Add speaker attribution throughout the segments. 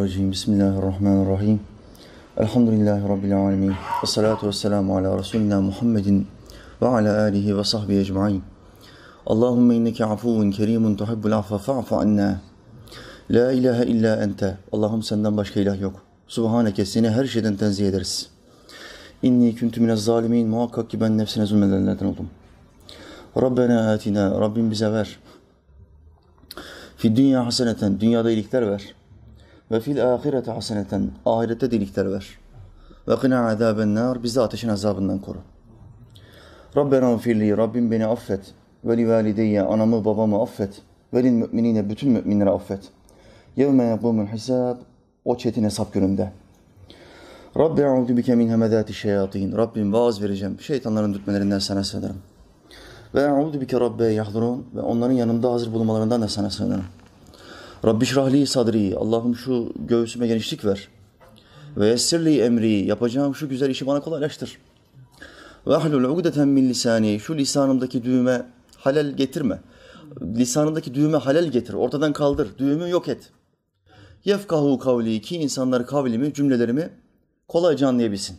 Speaker 1: Mineşşeytanirracim. Bismillahirrahmanirrahim. Elhamdülillahi Rabbil alemin. Esselatu vesselamu ala Resulina Muhammedin ve ala alihi ve sahbihi ecma'in. Allahümme inneke afuvun kerimun tuhibbul affa fa'fu anna. La ilahe illa ente. Allah'ım senden başka ilah yok. Subhaneke, seni her şeyden tenzih ederiz. İnni kuntu minez zalimin. Muhakkak ki ben nefsine zulmedenlerden oldum. Rabbena atina. Rabbim bize ver. Fi dünya haseneten. Dünyada iyilikler ver. Ve fil ahirete haseneten. Ahirette de iyilikler ver. Ve qina azaben nar. Bizi ateşin azabından koru. Rabbena ufirli. Rabbim beni affet. Ve li valideyye. Anamı babamı affet. Ve lil müminine. Bütün müminleri affet. Yevme yapumul hisab. O çetin hesap gününde. Rabbi e'udu bike min hemedati şeyatin. Rabbim vaaz vereceğim. Şeytanların dürtmelerinden sana sığınırım. Ve e'udu bike rabbe yahdurun. Ve onların yanında hazır bulunmalarından da sana sığınırım. Rabbi şrahli sadri. Allah'ım şu göğsüme genişlik ver. Ve yessirli emri. Yapacağım şu güzel işi bana kolaylaştır. Ve ahlul ugdeten min lisani. Şu lisanımdaki düğme halal getirme. Lisanımdaki düğme halal getir. Ortadan kaldır. Düğümü yok et. Yefkahu kavli. Ki insanlar kavlimi, cümlelerimi kolayca anlayabilsin.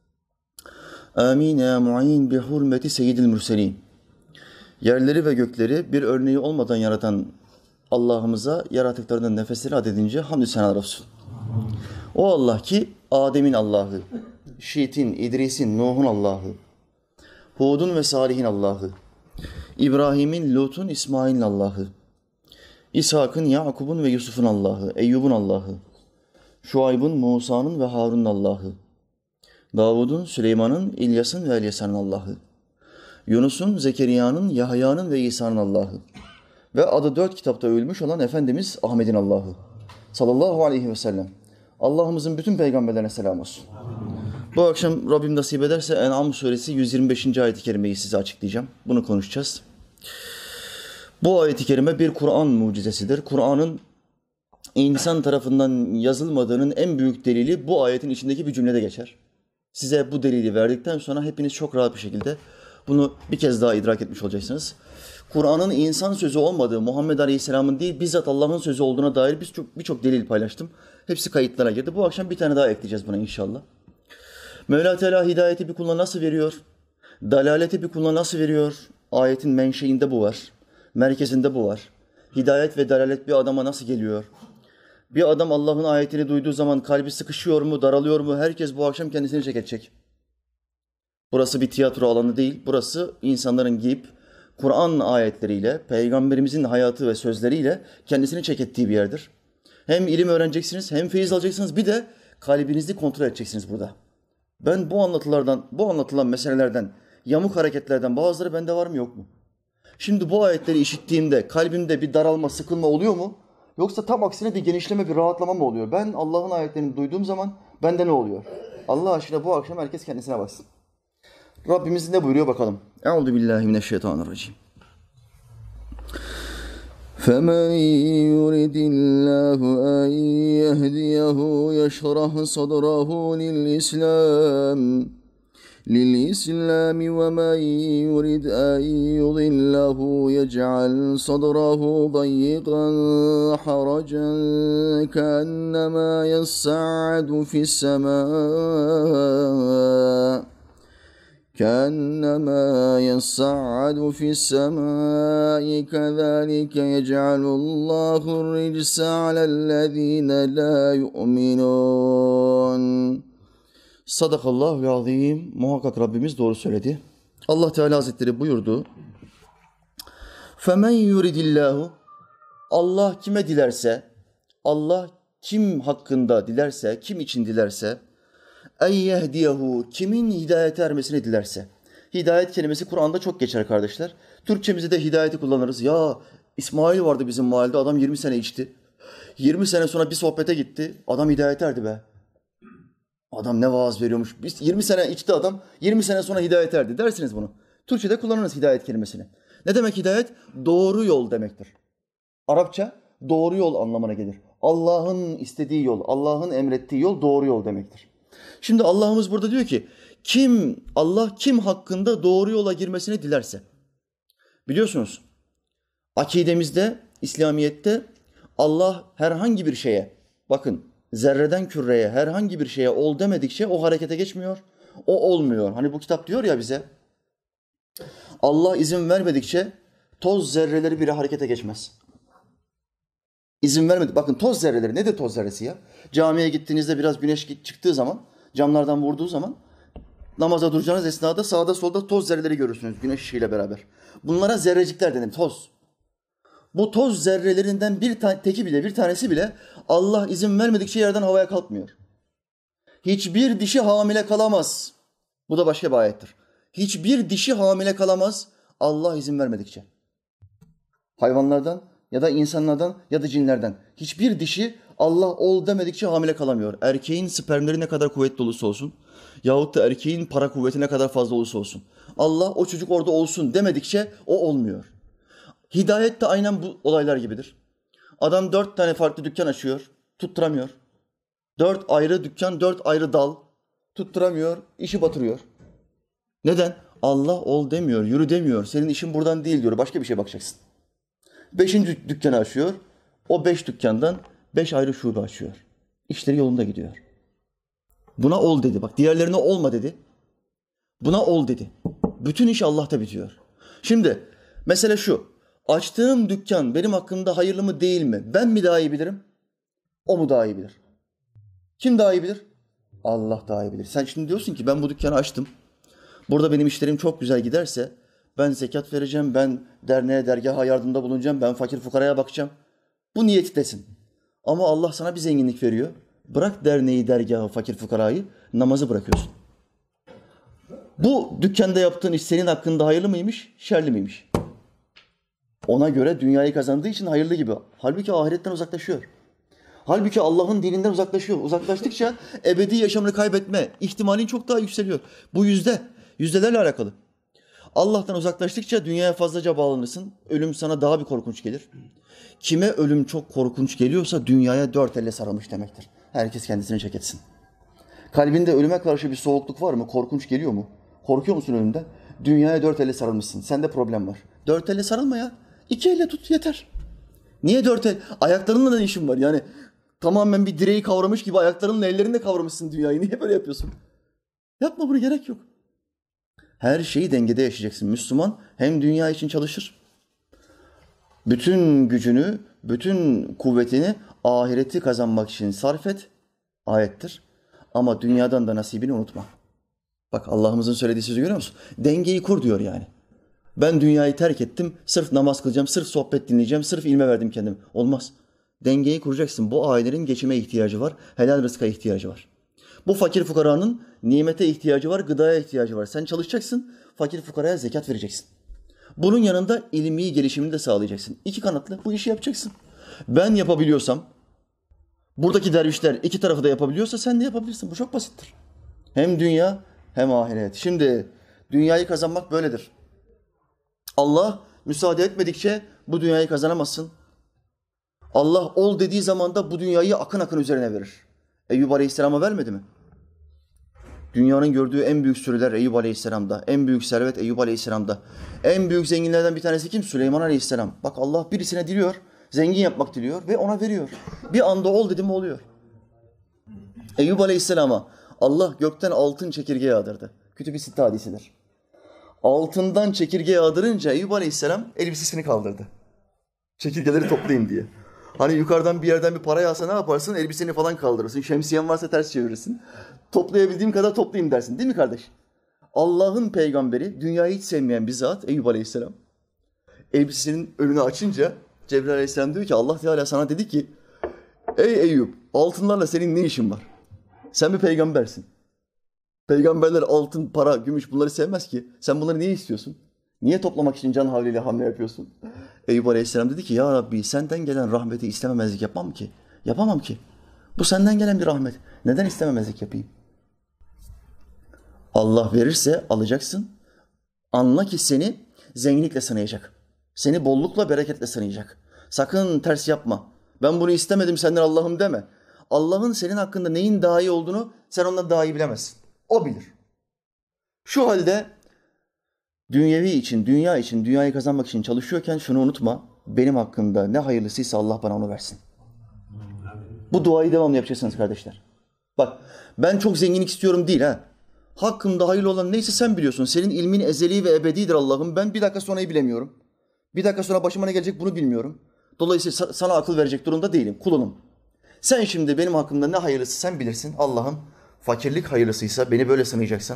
Speaker 1: Amin ya mu'in bi hurmeti seyyidil mürselin. Yerleri ve gökleri bir örneği olmadan yaratan Allah'ımıza yaratıklarının nefesleri adedince hamdü senalar olsun. O Allah ki Adem'in Allah'ı, Şit'in, İdris'in, Nuh'un Allah'ı, Hud'un ve Salih'in Allah'ı, İbrahim'in, Lut'un, İsmail'in Allah'ı, İshak'ın, Yakub'un ve Yusuf'un Allah'ı, Eyyub'un Allah'ı, Şuayb'ın, Musa'nın ve Harun'un Allah'ı, Davud'un, Süleyman'ın, İlyas'ın ve Elyasa'nın Allah'ı, Yunus'un, Zekeriya'nın, Yahya'nın ve İsa'nın Allah'ı ve adı 4 kitapta övülmüş olan Efendimiz Ahmet'in Allah'ı sallallahu aleyhi ve sellem. Allah'ımızın bütün peygamberlerine selam olsun. Bu akşam Rabbim nasip ederse En'am suresi 125. ayet-i kerimeyi size açıklayacağım. Bunu konuşacağız. Bu ayet-i kerime bir Kur'an mucizesidir. Kur'an'ın insan tarafından yazılmadığının en büyük delili bu ayetin içindeki bir cümlede geçer. Size bu delili verdikten sonra hepiniz çok rahat bir şekilde bunu bir kez daha idrak etmiş olacaksınız. Kur'an'ın insan sözü olmadığı, Muhammed Aleyhisselam'ın değil, bizzat Allah'ın sözü olduğuna dair birçok delil paylaştım. Hepsi kayıtlara girdi. Bu akşam bir tane daha ekleyeceğiz buna inşallah. Mevla Teala hidayeti bir kuluna nasıl veriyor? Dalaleti bir kuluna nasıl veriyor? Ayetin menşeinde bu var. Merkezinde bu var. Hidayet ve dalalet bir adama nasıl geliyor? Bir adam Allah'ın ayetini duyduğu zaman kalbi sıkışıyor mu, daralıyor mu? Herkes bu akşam kendisini çekecek. Burası bir tiyatro alanı değil. Burası insanların giyip Kur'an ayetleriyle, Peygamberimizin hayatı ve sözleriyle kendisini çekettiği bir yerdir. Hem ilim öğreneceksiniz, hem feyiz alacaksınız, bir de kalbinizi kontrol edeceksiniz burada. Ben bu anlatılan meselelerden, yamuk hareketlerden bazıları bende var mı yok mu? Şimdi bu ayetleri işittiğimde kalbimde bir daralma, sıkılma oluyor mu? Yoksa tam aksine bir genişleme, bir rahatlama mı oluyor? Ben Allah'ın ayetlerini duyduğum zaman bende ne oluyor? Allah aşkına bu akşam herkes kendisine baksın. Rabbimiz ne buyuruyor bakalım. Euzubillahimineşşeytanirracim. فَمَنْ يُرِدِ اللّٰهُ أَنْ يَهْدِيَهُ يَشْرَحْ صَدْرَهُ لِلْإِسْلَامِ وَمَنْ يُرِدْ أَنْ يُضِلَّهُ يَجْعَلْ صَدْرَهُ ضَيِّقًا حَرَجًا كَأَنَّمَا يَصَّعَّدُ فِي السَّمَاءِ كذلك يجعل الله الرجس على الذين لا يؤمنون. Sadakallahul azim. Muhakkak Rabbimiz doğru söyledi. Allah Teala Hazretleri buyurdu. Femen yuridillahu. Allah kime dilerse, Allah kim hakkında dilerse, kim için dilerse, en yehdiyehu, kimin hidayete ermesini dilerse. Hidayet kelimesi Kur'an'da çok geçer kardeşler. Türkçemizde de hidayeti kullanırız. Ya İsmail vardı bizim mahallede, adam 20 sene içti. 20 sene sonra bir sohbete gitti, adam hidayete erdi be. Adam ne vaaz veriyormuş. 20 sene içti adam, 20 sene sonra hidayete erdi dersiniz bunu. Türkçede kullanırız hidayet kelimesini. Ne demek hidayet? Doğru yol demektir. Arapça doğru yol anlamına gelir. Allah'ın istediği yol, Allah'ın emrettiği yol doğru yol demektir. Şimdi Allah'ımız burada diyor ki, Allah kim hakkında doğru yola girmesini dilerse. Biliyorsunuz, akidemizde, İslamiyet'te Allah herhangi bir şeye, bakın zerreden küreye, herhangi bir şeye ol demedikçe o harekete geçmiyor, o olmuyor. Hani bu kitap diyor ya bize, Allah izin vermedikçe toz zerreleri bile harekete geçmez. İzin vermedi. Bakın toz zerreleri, nedir toz zerresi ya? Camiye gittiğinizde biraz güneş çıktığı zaman, camlardan vurduğu zaman namaza duracağınız esnada sağda solda toz zerreleri görürsünüz güneş ışığıyla beraber. Bunlara zerrecikler denir, toz. Bu toz zerrelerinden bir tanesi bile Allah izin vermedikçe yerden havaya kalkmıyor. Hiçbir dişi hamile kalamaz. Bu da başka bir ayettir. Hiçbir dişi hamile kalamaz Allah izin vermedikçe. Hayvanlardan ya da insanlardan ya da cinlerden. Hiçbir dişi Allah ol demedikçe hamile kalamıyor. Erkeğin spermleri ne kadar kuvvetli olursa olsun yahut da erkeğin para kuvveti ne kadar fazla olursa olsun. Allah o çocuk orada olsun demedikçe o olmuyor. Hidayet de aynen bu olaylar gibidir. Adam 4 tane farklı dükkan açıyor, tutturamıyor. 4 ayrı dükkan, 4 ayrı dal, tutturamıyor, işi batırıyor. Neden? Allah ol demiyor, yürü demiyor. Senin işin buradan değil diyor, başka bir şeye bakacaksın. 5. dükkanı açıyor, o 5 dükkandan 5 ayrı şube açıyor. İşleri yolunda gidiyor. Buna ol dedi, bak diğerlerine olma dedi. Buna ol dedi. Bütün iş Allah'ta bitiyor. Şimdi mesele şu, açtığım dükkan benim hakkımda hayırlı mı değil mi? Ben mi daha iyi bilirim? O mu daha iyi bilir? Kim daha iyi bilir? Allah daha iyi bilir. Sen şimdi diyorsun ki ben bu dükkanı açtım. Burada benim işlerim çok güzel giderse ben zekat vereceğim, ben derneğe, dergaha yardımda bulunacağım, ben fakir fukaraya bakacağım. Bu niyettesin. Ama Allah sana bir zenginlik veriyor. Bırak derneği, dergahı, fakir fukarayı, namazı bırakıyorsun. Bu dükkanda yaptığın iş senin hakkında hayırlı mıymış, şerli miymiş? Ona göre dünyayı kazandığı için hayırlı gibi. Halbuki ahiretten uzaklaşıyor. Halbuki Allah'ın dininden uzaklaşıyor. Uzaklaştıkça ebedi yaşamını kaybetme ihtimalin çok daha yükseliyor. Bu yüzdelerle alakalı. Allah'tan uzaklaştıkça dünyaya fazlaca bağlanırsın. Ölüm sana daha bir korkunç gelir. Kime ölüm çok korkunç geliyorsa dünyaya 4 elle sarılmış demektir. Herkes kendisini çek etsin. Kalbinde ölüme karşı bir soğukluk var mı? Korkunç geliyor mu? Korkuyor musun ölümden? Dünyaya 4 elle sarılmışsın. Sende problem var. 4 elle sarılma ya. 2 elle tut yeter. Niye 4 el? Ayaklarınla da işin var. Yani tamamen bir direği kavramış gibi ayaklarınla ellerinle kavramışsın dünyayı. Niye böyle yapıyorsun? Yapma, bunu gerek yok. Her şeyi dengede yaşayacaksın. Müslüman hem dünya için çalışır, bütün gücünü, bütün kuvvetini ahireti kazanmak için sarf et. Ayettir. Ama dünyadan da nasibini unutma. Bak Allah'ımızın söylediği sözü görüyor musun? Dengeyi kur diyor yani. Ben dünyayı terk ettim, sırf namaz kılacağım, sırf sohbet dinleyeceğim, sırf ilme verdim kendimi. Olmaz. Dengeyi kuracaksın. Bu ailenin geçime ihtiyacı var, helal rızka ihtiyacı var. Bu fakir fukaranın nimete ihtiyacı var, gıdaya ihtiyacı var. Sen çalışacaksın, fakir fukaraya zekat vereceksin. Bunun yanında ilmi gelişimini de sağlayacaksın. 2 kanatlı bu işi yapacaksın. Ben yapabiliyorsam, buradaki dervişler 2 tarafı da yapabiliyorsa sen de yapabilirsin. Bu çok basittir. Hem dünya hem ahiret. Şimdi dünyayı kazanmak böyledir. Allah müsaade etmedikçe bu dünyayı kazanamazsın. Allah ol dediği zaman da bu dünyayı akın akın üzerine verir. Eyyub Aleyhisselam'a vermedi mi? Dünyanın gördüğü en büyük sürüler Eyyub Aleyhisselam'da. En büyük servet Eyyub Aleyhisselam'da. En büyük zenginlerden bir tanesi kim? Süleyman Aleyhisselam. Bak Allah birisine diliyor, zengin yapmak diliyor ve ona veriyor. Bir anda ol dedi mi oluyor. Eyyub Aleyhisselam'a Allah gökten altın çekirge yağdırdı. Kütüb-i Sitte hadisidir. Altından çekirge yağdırınca Eyyub Aleyhisselam elbisesini kaldırdı. Çekirgeleri toplayayım diye. Hani yukarıdan bir yerden bir para yağsa ne yaparsın? Elbiseni falan kaldırırsın. Şemsiyen varsa ters çevirirsin. Toplayabildiğim kadar toplayayım dersin. Değil mi kardeş? Allah'ın peygamberi, dünyayı hiç sevmeyen bir zat Eyyub Aleyhisselam. Elbisesinin önünü açınca Cebrail Aleyhisselam diyor ki Allah Teala sana dedi ki ey Eyyub, altınlarla senin ne işin var? Sen bir peygambersin. Peygamberler altın, para, gümüş bunları sevmez ki. Sen bunları niye istiyorsun? Niye toplamak için can havliyle hamle yapıyorsun? Eyyub Aleyhisselam dedi ki ya Rabbi senden gelen rahmeti istememezlik yapmam ki. Yapamam ki. Bu senden gelen bir rahmet. Neden istememezlik yapayım? Allah verirse alacaksın. Anla ki seni zenginlikle sınayacak. Seni bollukla, bereketle sınayacak. Sakın ters yapma. Ben bunu istemedim senden Allah'ım deme. Allah'ın senin hakkında neyin daha iyi olduğunu sen ondan daha iyi bilemezsin. O bilir. Şu halde dünyevi için, dünya için, dünyayı kazanmak için çalışıyorken şunu unutma. Benim hakkımda ne hayırlısıysa Allah bana onu versin. Bu duayı devamlı yapacaksınız kardeşler. Bak, ben çok zenginlik istiyorum değil ha. Hakkımda hayırlı olan neyse sen biliyorsun. Senin ilmin ezeli ve ebedidir Allah'ım. Ben bir dakika sonrayı bilemiyorum. Bir dakika sonra başıma ne gelecek bunu bilmiyorum. Dolayısıyla sana akıl verecek durumda değilim. Kulunum. Sen şimdi benim hakkımda ne hayırlısı sen bilirsin. Allah'ım fakirlik hayırlısıysa, beni böyle sınayacaksan,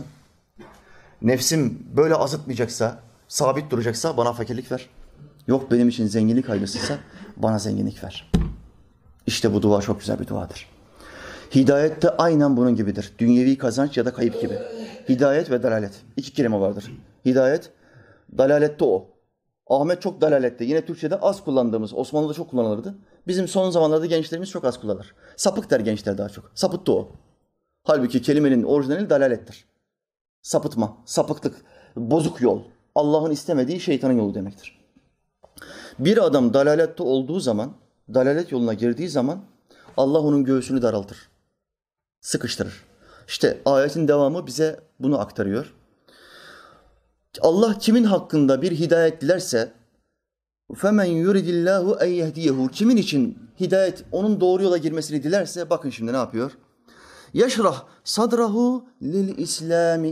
Speaker 1: nefsim böyle azıtmayacaksa, sabit duracaksa bana fakirlik ver. Yok benim için zenginlik hayırlısıysa bana zenginlik ver. İşte bu dua çok güzel bir duadır. Hidayet de aynen bunun gibidir. Dünyevi kazanç ya da kayıp gibi. Hidayet ve dalalet. İki kelime vardır. Hidayet, dalalette o. Ahmet çok dalalette. Yine Türkçe'de az kullandığımız, Osmanlı'da çok kullanılırdı. Bizim son zamanlarda gençlerimiz çok az kullanır. Sapık der gençler daha çok. Sapıttı o. Halbuki kelimenin orijinali dalalettir. Sapıtma, sapıklık, bozuk yol. Allah'ın istemediği şeytanın yolu demektir. Bir adam dalalette olduğu zaman, dalalet yoluna girdiği zaman Allah onun göğsünü daraltır. Sıkıştırır. İşte ayetin devamı bize bunu aktarıyor. Allah kimin hakkında bir hidayet dilerse فَمَنْ يُرِدِ اللّٰهُ اَنْ يَهْدِيَهُ Kimin için hidayet onun doğru yola girmesini dilerse bakın şimdi ne yapıyor? يَشْرَحْ صَدْرَهُ لِلْاِسْلَامِ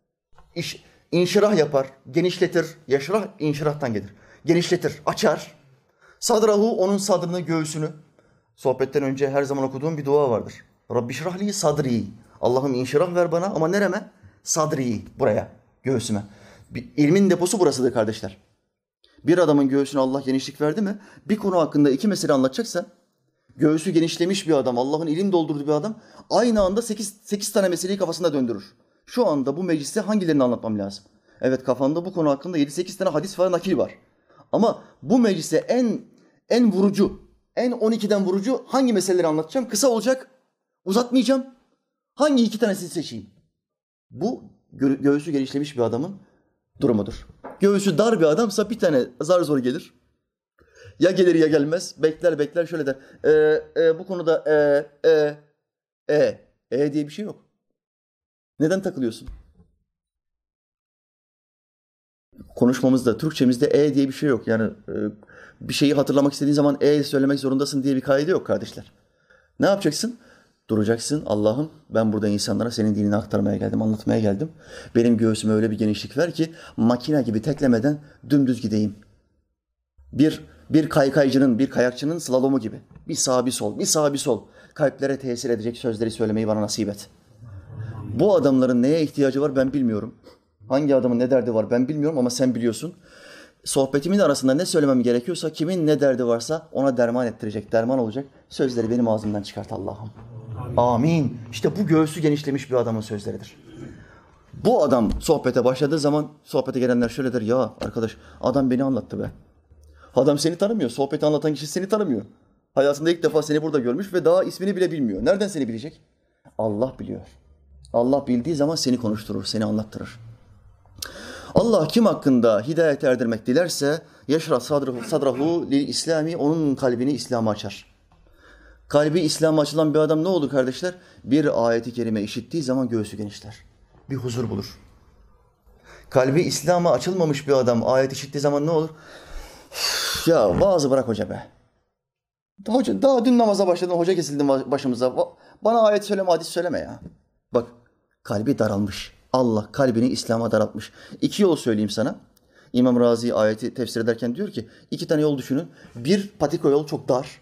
Speaker 1: İnşirah yapar, genişletir. Yeşrah inşirahtan gelir. Genişletir, açar. Sadrahu onun sadrını, göğsünü. Sohbetten önce her zaman okuduğum bir dua vardır. Rabbi şrahli sadri. Allah'ım inşirah ver bana ama nereme? Sadri, buraya, göğsüme. İlmin deposu burasıdır kardeşler. Bir adamın göğsüne Allah genişlik verdi mi, bir konu hakkında iki mesele anlatacaksa, göğsü genişlemiş bir adam, Allah'ın ilim doldurduğu bir adam, aynı anda 8 tane meseleyi kafasında döndürür. Şu anda bu mecliste hangilerini anlatmam lazım? Evet, kafamda bu konu hakkında 7-8 tane hadis var, nakil var. Ama bu mecliste en vurucu, en 12'den vurucu hangi meseleleri anlatacağım? Kısa olacak, uzatmayacağım. Hangi iki tanesini seçeyim? Bu göğsü genişlemiş bir adamın durumudur. Göğsü dar bir adamsa bir tane zar zor gelir. Ya gelir ya gelmez. Bekler şöyle der. Bu konuda diye bir şey yok. Neden takılıyorsun? Konuşmamızda, Türkçemizde diye bir şey yok. Yani bir şeyi hatırlamak istediğin zaman söylemek zorundasın diye bir kaide yok kardeşler. Ne yapacaksın? Duracaksın. Allah'ım ben burada insanlara senin dinini aktarmaya geldim, anlatmaya geldim. Benim göğsüme öyle bir genişlik ver ki makine gibi teklemeden dümdüz gideyim. Bir kaykaycının, bir kayakçının slalomu gibi. Bir sağ bir sol, bir sağ bir sol. Kalplere tesir edecek sözleri söylemeyi bana nasip et. Bu adamların neye ihtiyacı var ben bilmiyorum. Hangi adamın ne derdi var ben bilmiyorum ama sen biliyorsun. Sohbetimin arasında ne söylemem gerekiyorsa, kimin ne derdi varsa ona derman ettirecek, derman olacak sözleri benim ağzımdan çıkart Allah'ım. Amin. İşte bu göğsü genişlemiş bir adamın sözleridir. Bu adam sohbete başladığı zaman sohbete gelenler şöyle der. Ya arkadaş adam beni anlattı be. Adam seni tanımıyor. Sohbeti anlatan kişi seni tanımıyor. Hayatında ilk defa seni burada görmüş ve daha ismini bile bilmiyor. Nereden seni bilecek? Allah biliyor. Allah bildiği zaman seni konuşturur, seni anlattırır. Allah kim hakkında hidayet erdirmek dilerse yeşrah sadrahu lil İslami onun kalbini İslam'a açar. Kalbi İslam'a açılan bir adam ne olur kardeşler? Bir ayeti kerime işittiği zaman göğsü genişler. Bir huzur bulur. Kalbi İslam'a açılmamış bir adam ayet işittiği zaman ne olur? Ya vaazı bırak hoca be. Hoca daha dün namaza başladın, hoca kesildi başımıza. Bana ayet söyleme, hadis söyleme ya. Bak kalbi daralmış. Allah kalbini İslam'a daraltmış. 2 yol söyleyeyim sana. İmam Razi ayeti tefsir ederken diyor ki 2 tane yol düşünün. Bir patika yol çok dar.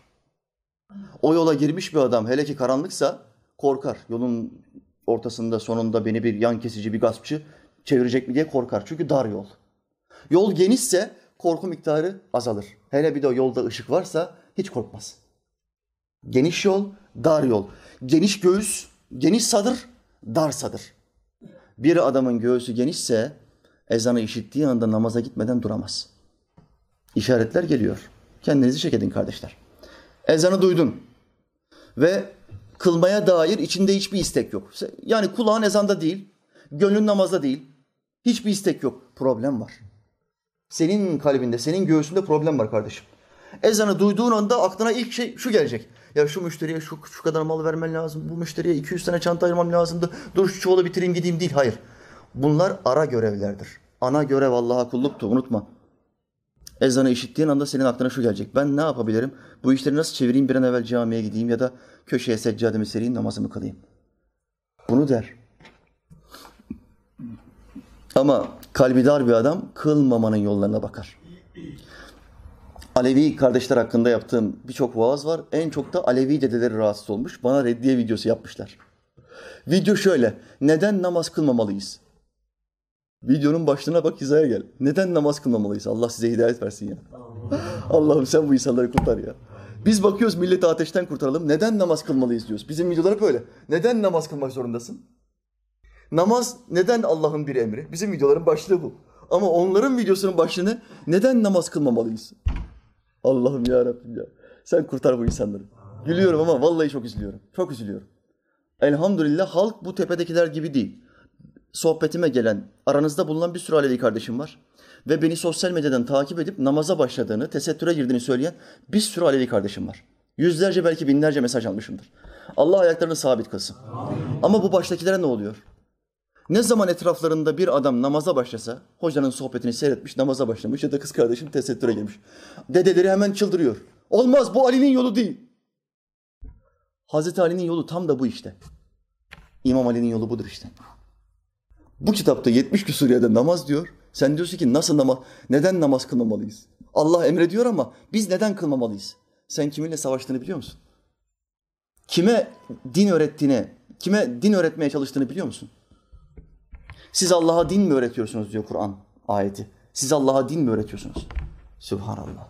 Speaker 1: O yola girmiş bir adam hele ki karanlıksa korkar. Yolun ortasında sonunda beni bir yan kesici bir gaspçı çevirecek mi diye korkar. Çünkü dar yol. Yol genişse korku miktarı azalır. Hele bir de yolda ışık varsa hiç korkmaz. Geniş yol, dar yol. Geniş göğüs, geniş sadır, dar sadır. Bir adamın göğsü genişse ezanı işittiği anda namaza gitmeden duramaz. İşaretler geliyor. Kendinizi çek edin kardeşler. Ezanı duydun ve kılmaya dair içinde hiçbir istek yok. Yani kulağın ezanda değil, gönlün namazda değil. Hiçbir istek yok. Problem var. Senin kalbinde, senin göğsünde problem var kardeşim. Ezanı duyduğun anda aklına ilk şey şu gelecek. Ya şu müşteriye şu kadar mal vermen lazım. Bu müşteriye 200 tane çanta ayırmam lazımdı. Dur şu çuvalı bitireyim gideyim değil. Hayır. Bunlar ara görevlerdir. Ana görev Allah'a kulluktu. Unutma. Ezanı işittiğin anda senin aklına şu gelecek. Ben ne yapabilirim? Bu işleri nasıl çevireyim? Bir an evvel camiye gideyim ya da köşeye seccademi sereyim, namazımı kılayım. Bunu der. Ama kalbi dar bir adam kılmamanın yollarına bakar. Alevi kardeşler hakkında yaptığım birçok vaaz var. En çok da Alevi dedeleri rahatsız olmuş. Bana reddiye videosu yapmışlar. Video şöyle. Neden namaz kılmamalıyız? Videonun başlığına bak, hizaya gel. Neden namaz kılmamalıyız? Allah size hidayet versin ya. Allah'ım sen bu insanları kurtar ya. Biz bakıyoruz milleti ateşten kurtaralım. Neden namaz kılmalıyız diyoruz. Bizim videolar böyle. Neden namaz kılmak zorundasın? Namaz neden Allah'ın bir emri? Bizim videoların başlığı bu. Ama onların videosunun başlığı ne? Neden namaz kılmamalıyız? Allah'ım ya Rabbim ya. Sen kurtar bu insanları. Gülüyorum ama vallahi çok üzülüyorum. Çok üzülüyorum. Elhamdülillah halk bu tepedekiler gibi değil. Sohbetime gelen, aranızda bulunan bir sürü Alevi kardeşim var. Ve beni sosyal medyadan takip edip namaza başladığını, tesettüre girdiğini söyleyen bir sürü Alevi kardeşim var. Yüzlerce belki binlerce mesaj almışımdır. Allah ayaklarını sabit kılsın. Ama bu baştakilere ne oluyor? Ne zaman etraflarında bir adam namaza başlasa, hocanın sohbetini seyretmiş, namaza başlamış ya da kız kardeşim tesettüre girmiş. Dedeleri hemen çıldırıyor. Olmaz, bu Ali'nin yolu değil. Hazreti Ali'nin yolu tam da bu işte. İmam Ali'nin yolu budur işte. Bu kitapta 70 küsur yerde namaz diyor. Sen diyorsun ki nasıl namaz, neden namaz kılmamalıyız? Allah emrediyor ama biz neden kılmamalıyız? Sen kiminle savaştığını biliyor musun? Kime din öğrettiğini, kime din öğretmeye çalıştığını biliyor musun? Siz Allah'a din mi öğretiyorsunuz diyor Kur'an ayeti. Siz Allah'a din mi öğretiyorsunuz? Sübhanallah.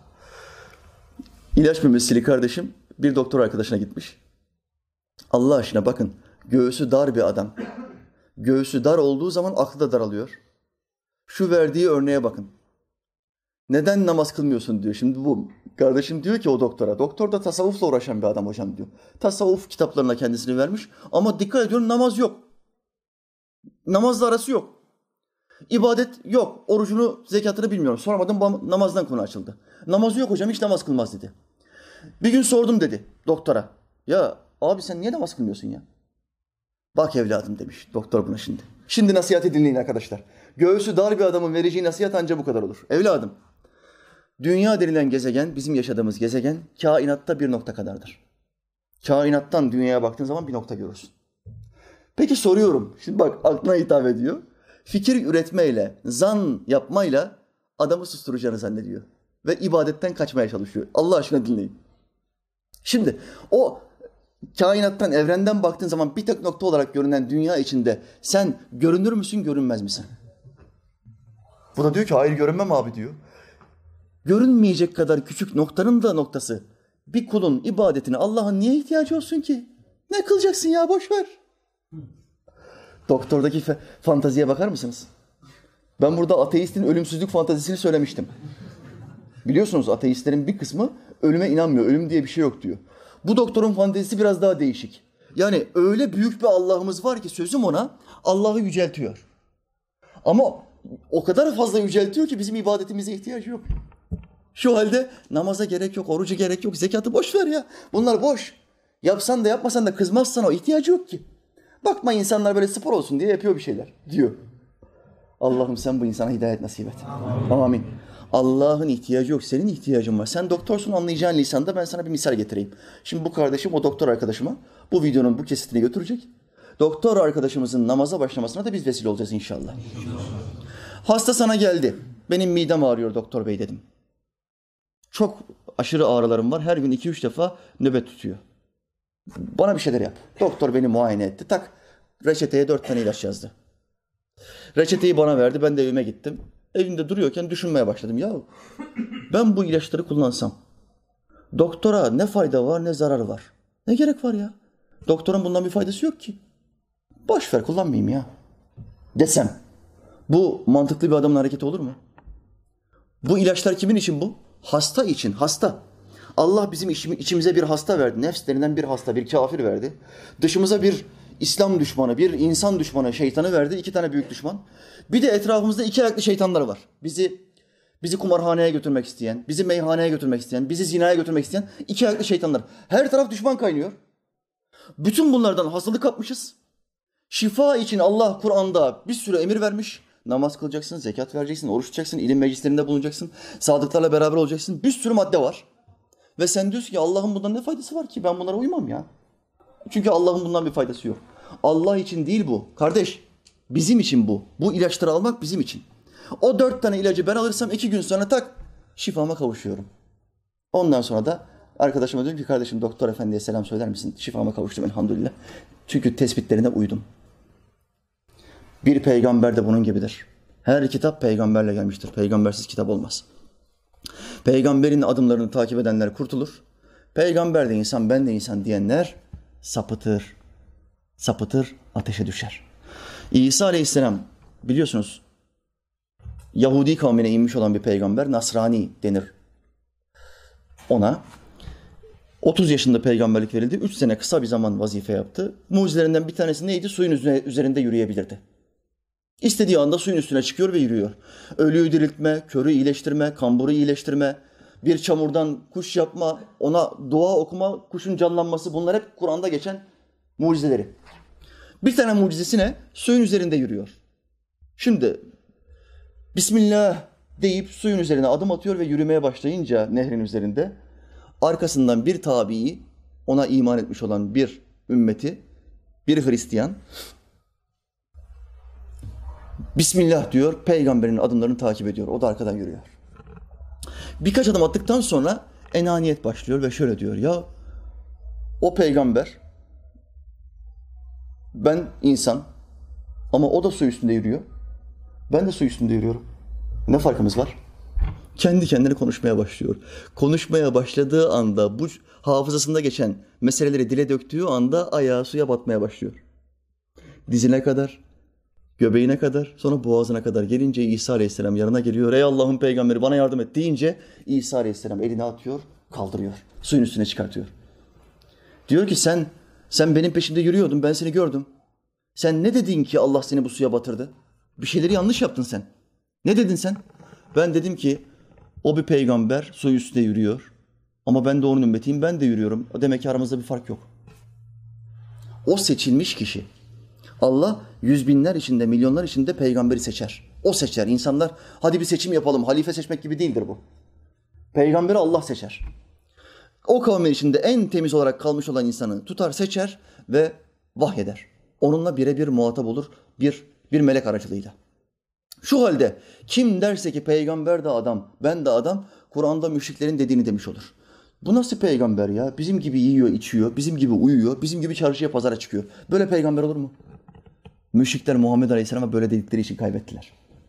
Speaker 1: İlaç mümessili kardeşim bir doktor arkadaşına gitmiş. Allah aşkına bakın, göğsü dar bir adam. Göğsü dar olduğu zaman aklı da daralıyor. Şu verdiği örneğe bakın. Neden namaz kılmıyorsun diyor. Şimdi bu kardeşim diyor ki o doktora. Doktor da tasavvufla uğraşan bir adam hocam diyor. Tasavvuf kitaplarına kendisini vermiş ama dikkat ediyorum namaz yok. Namazla arası yok. İbadet yok. Orucunu, zekatını bilmiyorum. Sormadım, namazdan konu açıldı. Namazı yok hocam, hiç namaz kılmaz dedi. Bir gün sordum dedi doktora. Ya abi sen niye namaz kılmıyorsun ya? Bak evladım demiş doktor buna şimdi. Şimdi nasihati dinleyin arkadaşlar. Göğsü dar bir adamın vereceği nasihat ancak bu kadar olur. Evladım, dünya denilen gezegen, bizim yaşadığımız gezegen, kainatta bir nokta kadardır. Kainattan dünyaya baktığın zaman bir nokta görürsün. Peki soruyorum, şimdi bak aklına hitap ediyor. Fikir üretmeyle, zan yapmayla adamı susturacağını zannediyor. Ve ibadetten kaçmaya çalışıyor. Allah aşkına dinleyin. Şimdi o kainattan, evrenden baktığın zaman bir tek nokta olarak görünen dünya içinde sen görünür müsün, görünmez misin? Bu da diyor ki hayır görünmem abi diyor. Görünmeyecek kadar küçük noktanın da noktası. Bir kulun ibadetine Allah'ın niye ihtiyacı olsun ki? Ne kılacaksın ya, boş ver. Doktordaki fantaziye bakar mısınız? Ben burada ateistin ölümsüzlük fantazisini söylemiştim. Biliyorsunuz ateistlerin bir kısmı ölüme inanmıyor. Ölüm diye bir şey yok diyor. Bu doktorun fantezisi biraz daha değişik. Yani öyle büyük bir Allah'ımız var ki sözüm ona Allah'ı yüceltiyor. Ama o kadar fazla yüceltiyor ki bizim ibadetimize ihtiyacı yok. Şu halde namaza gerek yok, orucu gerek yok, zekatı boş ver ya. Bunlar boş. Yapsan da yapmasan da kızmazsan o ihtiyacı yok ki. Bakma insanlar böyle spor olsun diye yapıyor bir şeyler diyor. Allah'ım sen bu insana hidayet nasip et. Amin. Allah'ın ihtiyacı yok, senin ihtiyacın var. Sen doktorsun, anlayacağın lisanda ben sana bir misal getireyim. Şimdi bu kardeşim o doktor arkadaşıma bu videonun bu kesitini götürecek. Doktor arkadaşımızın namaza başlamasına da biz vesile olacağız inşallah. Hasta sana geldi. Benim midem ağrıyor doktor bey dedim. Çok aşırı ağrılarım var. Her gün 2-3 defa nöbet tutuyor. Bana bir şeyler yap. Doktor beni muayene etti. Tak, reçeteye 4 tane ilaç yazdı. Reçeteyi bana verdi. Ben de evime gittim. Evimde duruyorken düşünmeye başladım. Ya ben bu ilaçları kullansam doktora ne fayda var ne zararı var? Ne gerek var ya? Doktorun bundan bir faydası yok ki. Boş ver, kullanmayayım ya desem. Bu mantıklı bir adamın hareketi olur mu? Bu ilaçlar kimin için bu? Hasta için, hasta. Allah bizim içimize bir hasta verdi. Nefs denilen bir hasta, bir kafir verdi. Dışımıza bir İslam düşmanı, bir insan düşmanı, şeytanı verdi. 2 tane büyük düşman. Bir de etrafımızda 2 ayaklı şeytanlar var. Bizi kumarhaneye götürmek isteyen, bizi meyhaneye götürmek isteyen, bizi zinaya götürmek isteyen 2 ayaklı şeytanlar. Her taraf düşman kaynıyor. Bütün bunlardan hastalık kapmışız. Şifa için Allah Kur'an'da bir sürü emir vermiş. namaz kılacaksın, zekat vereceksin, oruç tutacaksın, ilim meclislerinde bulunacaksın, sadıklarla beraber olacaksın. Bir sürü madde var. Ve sen diyorsun ki Allah'ın bundan ne faydası var ki? Ben bunlara uymam ya. Çünkü Allah'ın bundan bir faydası yok. Allah için değil bu. Kardeş, bizim için bu. Bu ilaçları almak bizim için. O 4 tane ilacı ben alırsam 2 gün sonra tak şifama kavuşuyorum. Ondan sonra da arkadaşıma diyorum ki kardeşim doktor efendiye selam söyler misin? Şifama kavuştum elhamdülillah. Çünkü tespitlerine uydum. Bir peygamber de bunun gibidir. Her kitap peygamberle gelmiştir. Peygambersiz kitap olmaz. Peygamberin adımlarını takip edenler kurtulur. Peygamber de insan, ben de insan diyenler sapıtır. Sapıtır, ateşe düşer. İsa Aleyhisselam biliyorsunuz Yahudi kavmine inmiş olan bir peygamber, Nasrani denir ona. 30 yaşında peygamberlik verildi. 3 sene kısa bir zaman vazife yaptı. Mucizelerinden bir tanesi neydi? Suyun üzerinde yürüyebilirdi. İstediği anda suyun üstüne çıkıyor ve yürüyor. Ölüyü diriltme, körü iyileştirme, kamburu iyileştirme, bir çamurdan kuş yapma, ona dua okuma, kuşun canlanması, bunlar hep Kur'an'da geçen mucizeleri. Bir tane mucizesi ne? Suyun üzerinde yürüyor. Şimdi Bismillah deyip suyun üzerine adım atıyor ve yürümeye başlayınca nehrin üzerinde arkasından bir tabi'i, ona iman etmiş olan bir ümmeti, bir Hristiyan Bismillah diyor, peygamberin adımlarını takip ediyor. O da arkadan yürüyor. Birkaç adım attıktan sonra enaniyet başlıyor ve şöyle diyor. Ya o peygamber, ben insan ama o da su üstünde yürüyor. Ben de su üstünde yürüyorum. Ne farkımız var? Kendi kendine konuşmaya başlıyor. Konuşmaya başladığı anda bu hafızasında geçen meseleleri dile döktüğü anda ayağı suya batmaya başlıyor. Dizine kadar, göbeğine kadar, sonra boğazına kadar gelince İsa Aleyhisselam yanına geliyor. Ey Allah'ın peygamberi bana yardım et deyince İsa Aleyhisselam elini atıyor, kaldırıyor. Suyun üstüne çıkartıyor. Diyor ki sen benim peşimde yürüyordun, ben seni gördüm. Sen ne dedin ki Allah seni bu suya batırdı? Bir şeyleri yanlış yaptın sen. Ne dedin sen? Ben dedim ki o bir peygamber su üstünde yürüyor. Ama ben de onun ümmetiyim, ben de yürüyorum. Demek ki aramızda bir fark yok. O seçilmiş kişi. Allah yüz binler içinde, milyonlar içinde peygamberi seçer. O seçer. İnsanlar hadi bir seçim yapalım. Halife seçmek gibi değildir bu. Peygamberi Allah seçer. O kavmin içinde en temiz olarak kalmış olan insanı tutar, seçer ve vahyeder. Onunla birebir muhatap olur bir melek aracılığıyla. Şu halde kim derse ki peygamber de adam, ben de adam, Kur'an'da müşriklerin dediğini demiş olur. Bu nasıl peygamber ya? Bizim gibi yiyor, içiyor, bizim gibi uyuyor, bizim gibi çarşıya, pazara çıkıyor. Böyle peygamber olur mu? Müşrikler Muhammed Aleyhisselam'a böyle dedikleri için kaybettiler.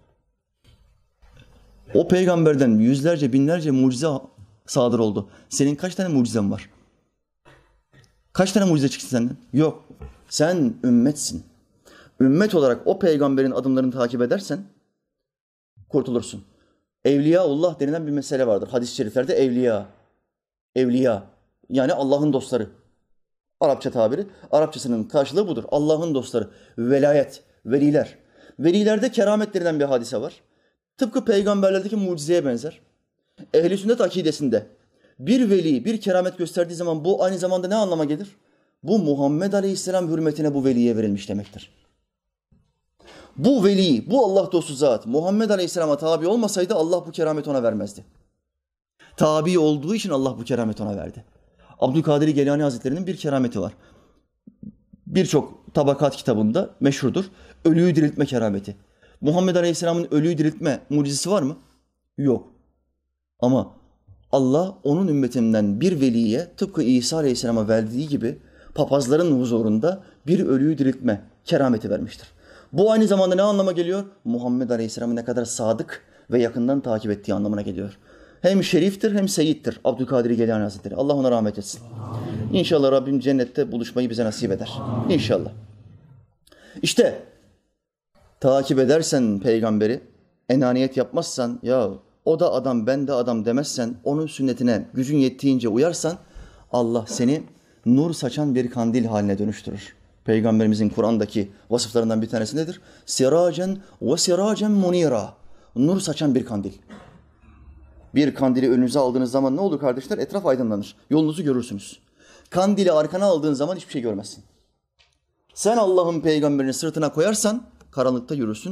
Speaker 1: O peygamberden yüzlerce, binlerce mucize sadır oldu. Senin kaç tane mucizen var? Kaç tane mucize çıktı senden? Yok. Sen ümmetsin. Ümmet olarak o peygamberin adımlarını takip edersen kurtulursun. Evliyaullah denilen bir mesele vardır. Hadis-i şeriflerde evliya yani Allah'ın dostları. Arapça tabiri. Arapçasının karşılığı budur. Allah'ın dostları. Velayet, veliler. Velilerde keramet denilen bir hadise var. Tıpkı peygamberlerdeki mucizeye benzer. Ehl-i sünnet akidesinde bir veli bir keramet gösterdiği zaman bu aynı zamanda ne anlama gelir? Bu Muhammed Aleyhisselam hürmetine bu veliye verilmiş demektir. Bu veli, bu Allah dostu zat Muhammed Aleyhisselam'a tabi olmasaydı Allah bu kerameti ona vermezdi. Tabi olduğu için Allah bu kerameti ona verdi. Abdülkadir Geylani Hazretleri'nin bir kerameti var. Birçok tabakat kitabında meşhurdur. Ölüyü diriltme kerameti. Muhammed Aleyhisselam'ın ölüyü diriltme mucizesi var mı? Yok. Ama Allah onun ümmetinden bir veliye tıpkı İsa Aleyhisselam'a verdiği gibi papazların huzurunda bir ölüyü diriltme kerameti vermiştir. Bu aynı zamanda ne anlama geliyor? Muhammed Aleyhisselam'ı ne kadar sadık ve yakından takip ettiği anlamına geliyor. Hem şeriftir hem seyittir Abdülkadir Geylani Hazretleri. Allah ona rahmet etsin. İnşallah Rabbim cennette buluşmayı bize nasip eder. İnşallah. İşte takip edersen peygamberi, enaniyet yapmazsan, ya o da adam ben de adam demezsen, onun sünnetine gücün yettiğince uyarsan Allah seni nur saçan bir kandil haline dönüştürür. Peygamberimizin Kur'an'daki vasıflarından bir tanesi nedir? Siracen ve siracen munira. Nur saçan bir kandil. Bir kandili önünüze aldığınız zaman ne olur kardeşler? Etraf aydınlanır. Yolunuzu görürsünüz. Kandili arkana aldığın zaman hiçbir şey görmezsin. Sen Allah'ın peygamberini sırtına koyarsan karanlıkta yürürsün.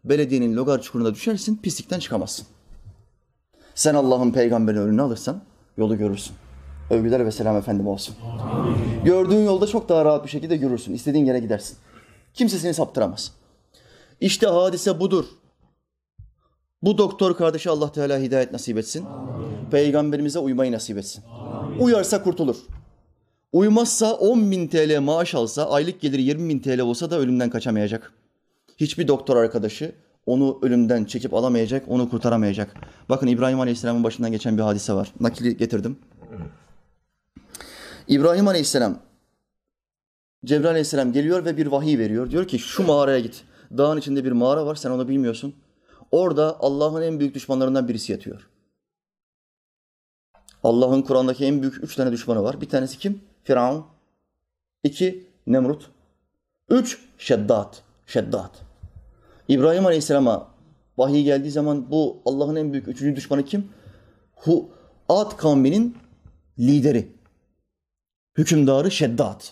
Speaker 1: belediyenin logar çukuruna düşersin, pislikten çıkamazsın. Sen Allah'ın peygamberini önüne alırsan yolu görürsün. Övgüler ve selam efendim olsun. Amin. Gördüğün yolda çok daha rahat bir şekilde yürürsün. İstediğin yere gidersin. Kimse seni saptıramaz. İşte hadise budur. Bu doktor kardeşi Allah Teala hidayet nasip etsin. Amin. Peygamberimize uymayı nasip etsin. Amin. Uyarsa kurtulur. Uymazsa 10.000 TL maaş alsa, aylık geliri 20.000 TL olsa da ölümden kaçamayacak. Hiçbir doktor arkadaşı onu ölümden çekip alamayacak, onu kurtaramayacak. Bakın İbrahim Aleyhisselam'ın başından geçen bir hadise var. Nakili getirdim. İbrahim Aleyhisselam, Cebrail Aleyhisselam geliyor ve bir vahiy veriyor. Diyor ki şu mağaraya git. Dağın içinde bir mağara var, sen onu bilmiyorsun. Orada Allah'ın en büyük düşmanlarından birisi yatıyor. Allah'ın Kur'an'daki en büyük 3 tane düşmanı var. Bir tanesi kim? Firavun. 2. Nemrut. 3. Şeddat. İbrahim Aleyhisselam'a vahiy geldiği zaman bu Allah'ın en büyük 3. düşmanı kim? Ad kavminin lideri. Hükümdarı Şeddat.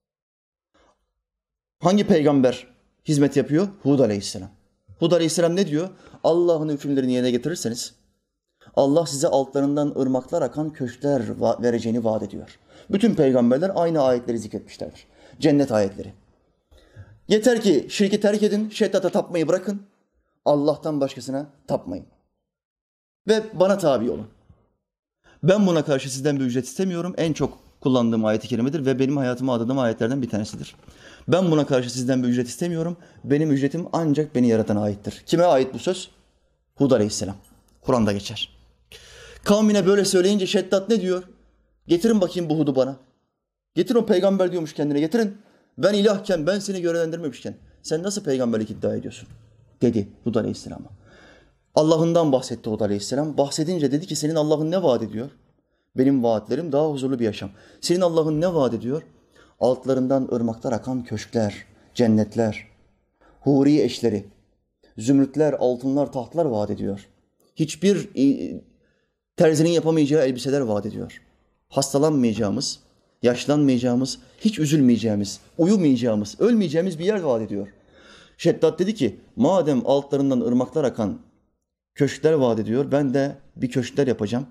Speaker 1: Hangi peygamber hizmet yapıyor? Hud Aleyhisselam. Hud Aleyhisselam ne diyor? Allah'ın hükümlerini yerine getirirseniz Allah size altlarından ırmaklar akan köşkler vereceğini vaat ediyor. Bütün peygamberler aynı ayetleri zikretmişlerdir. Cennet ayetleri. Yeter ki şirki terk edin, şeddata tapmayı bırakın, Allah'tan başkasına tapmayın. Ve bana tabi olun. Ben buna karşı sizden bir ücret istemiyorum. En çok kullandığım ayet-i kerimedir ve benim hayatıma adadığım ayetlerden bir tanesidir. Ben buna karşı sizden bir ücret istemiyorum. Benim ücretim ancak beni yaratana aittir. Kime ait bu söz? Hud Aleyhisselam. Kur'an'da geçer. Kavmine böyle söyleyince Şeddat ne diyor? Getirin bakayım bu Hud'u bana. Getirin, o peygamber diyormuş kendine, getirin. Ben ilahken, ben seni görevlendirmemişken sen nasıl peygamberlik iddia ediyorsun? Dedi Hud Aleyhisselam'a. Allah'ından bahsetti Hud Aleyhisselam. Bahsedince dedi ki senin Allah'ın ne vaat ediyor? Benim vaatlerim daha huzurlu bir yaşam. Senin Allah'ın ne vaat ediyor? Altlarından ırmaklar akan köşkler, cennetler, huri eşleri, zümrütler, altınlar, tahtlar vaat ediyor. Hiçbir terzinin yapamayacağı elbiseler vaat ediyor. Hastalanmayacağımız, yaşlanmayacağımız, hiç üzülmeyeceğimiz, uyumayacağımız, ölmeyeceğimiz bir yer vaat ediyor. Şeddat dedi ki madem altlarından ırmaklar akan köşkler vaat ediyor, ben de bir köşkler yapacağım.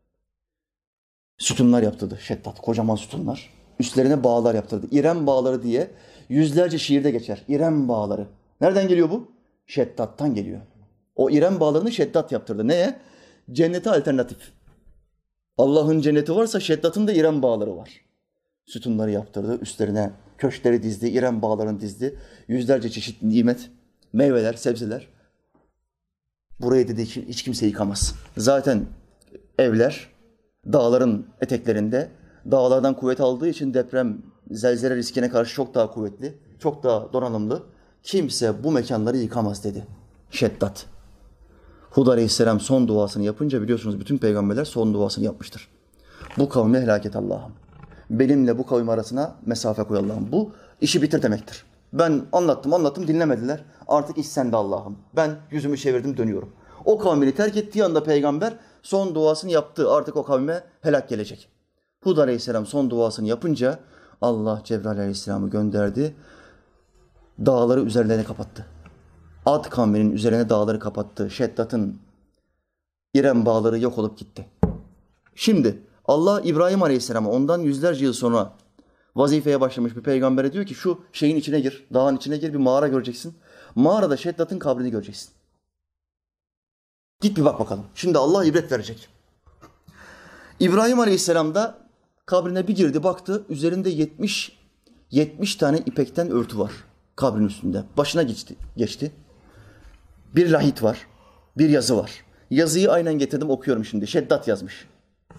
Speaker 1: Sütunlar yaptırdı Şeddat, kocaman sütunlar. Üstlerine bağlar yaptırdı. İrem bağları diye yüzlerce şiirde geçer. İrem bağları. Nereden geliyor bu? Şeddat'tan geliyor. O İrem bağlarını Şeddat yaptırdı. Neye? Cennete alternatif. Allah'ın cenneti varsa Şeddat'ın da İrem bağları var. Sütunları yaptırdı. Üstlerine köşkleri dizdi. İrem bağlarını dizdi. Yüzlerce çeşit nimet, meyveler, sebzeler. Burayı dedi hiç kimse yıkamaz. Zaten evler dağların eteklerinde. Dağlardan kuvvet aldığı için deprem, zelzele riskine karşı çok daha kuvvetli, çok daha donanımlı. Kimse bu mekanları yıkamaz dedi Şeddat. Hud Aleyhisselam son duasını yapınca biliyorsunuz bütün peygamberler son duasını yapmıştır. Bu kavmi helak et Allah'ım. Benimle bu kavim arasına mesafe koy Allah'ım. Bu işi bitir demektir. Ben anlattım dinlemediler. Artık iş sende Allah'ım. Ben yüzümü çevirdim dönüyorum. O kavmini terk ettiği anda peygamber son duasını yaptı. Artık o kavme helak gelecek. Hud Aleyhisselam son duasını yapınca Allah Cebrail Aleyhisselam'ı gönderdi. Dağları üzerlerine kapattı. Ad kavminin üzerine dağları kapattı. Şeddat'ın İrem bağları yok olup gitti. Şimdi Allah İbrahim Aleyhisselam'a ondan yüzlerce yıl sonra vazifeye başlamış bir peygambere diyor ki şu şeyin içine gir, dağın içine gir, bir mağara göreceksin. Mağarada Şeddat'ın kabrini göreceksin. Git bir bak bakalım. Şimdi Allah ibret verecek. İbrahim Aleyhisselam da kabrine bir girdi, baktı. Üzerinde 70 tane ipekten örtü var kabrin üstünde. Başına geçti. Bir lahit var. Bir yazı var. Yazıyı aynen getirdim, okuyorum şimdi. Şeddat yazmış.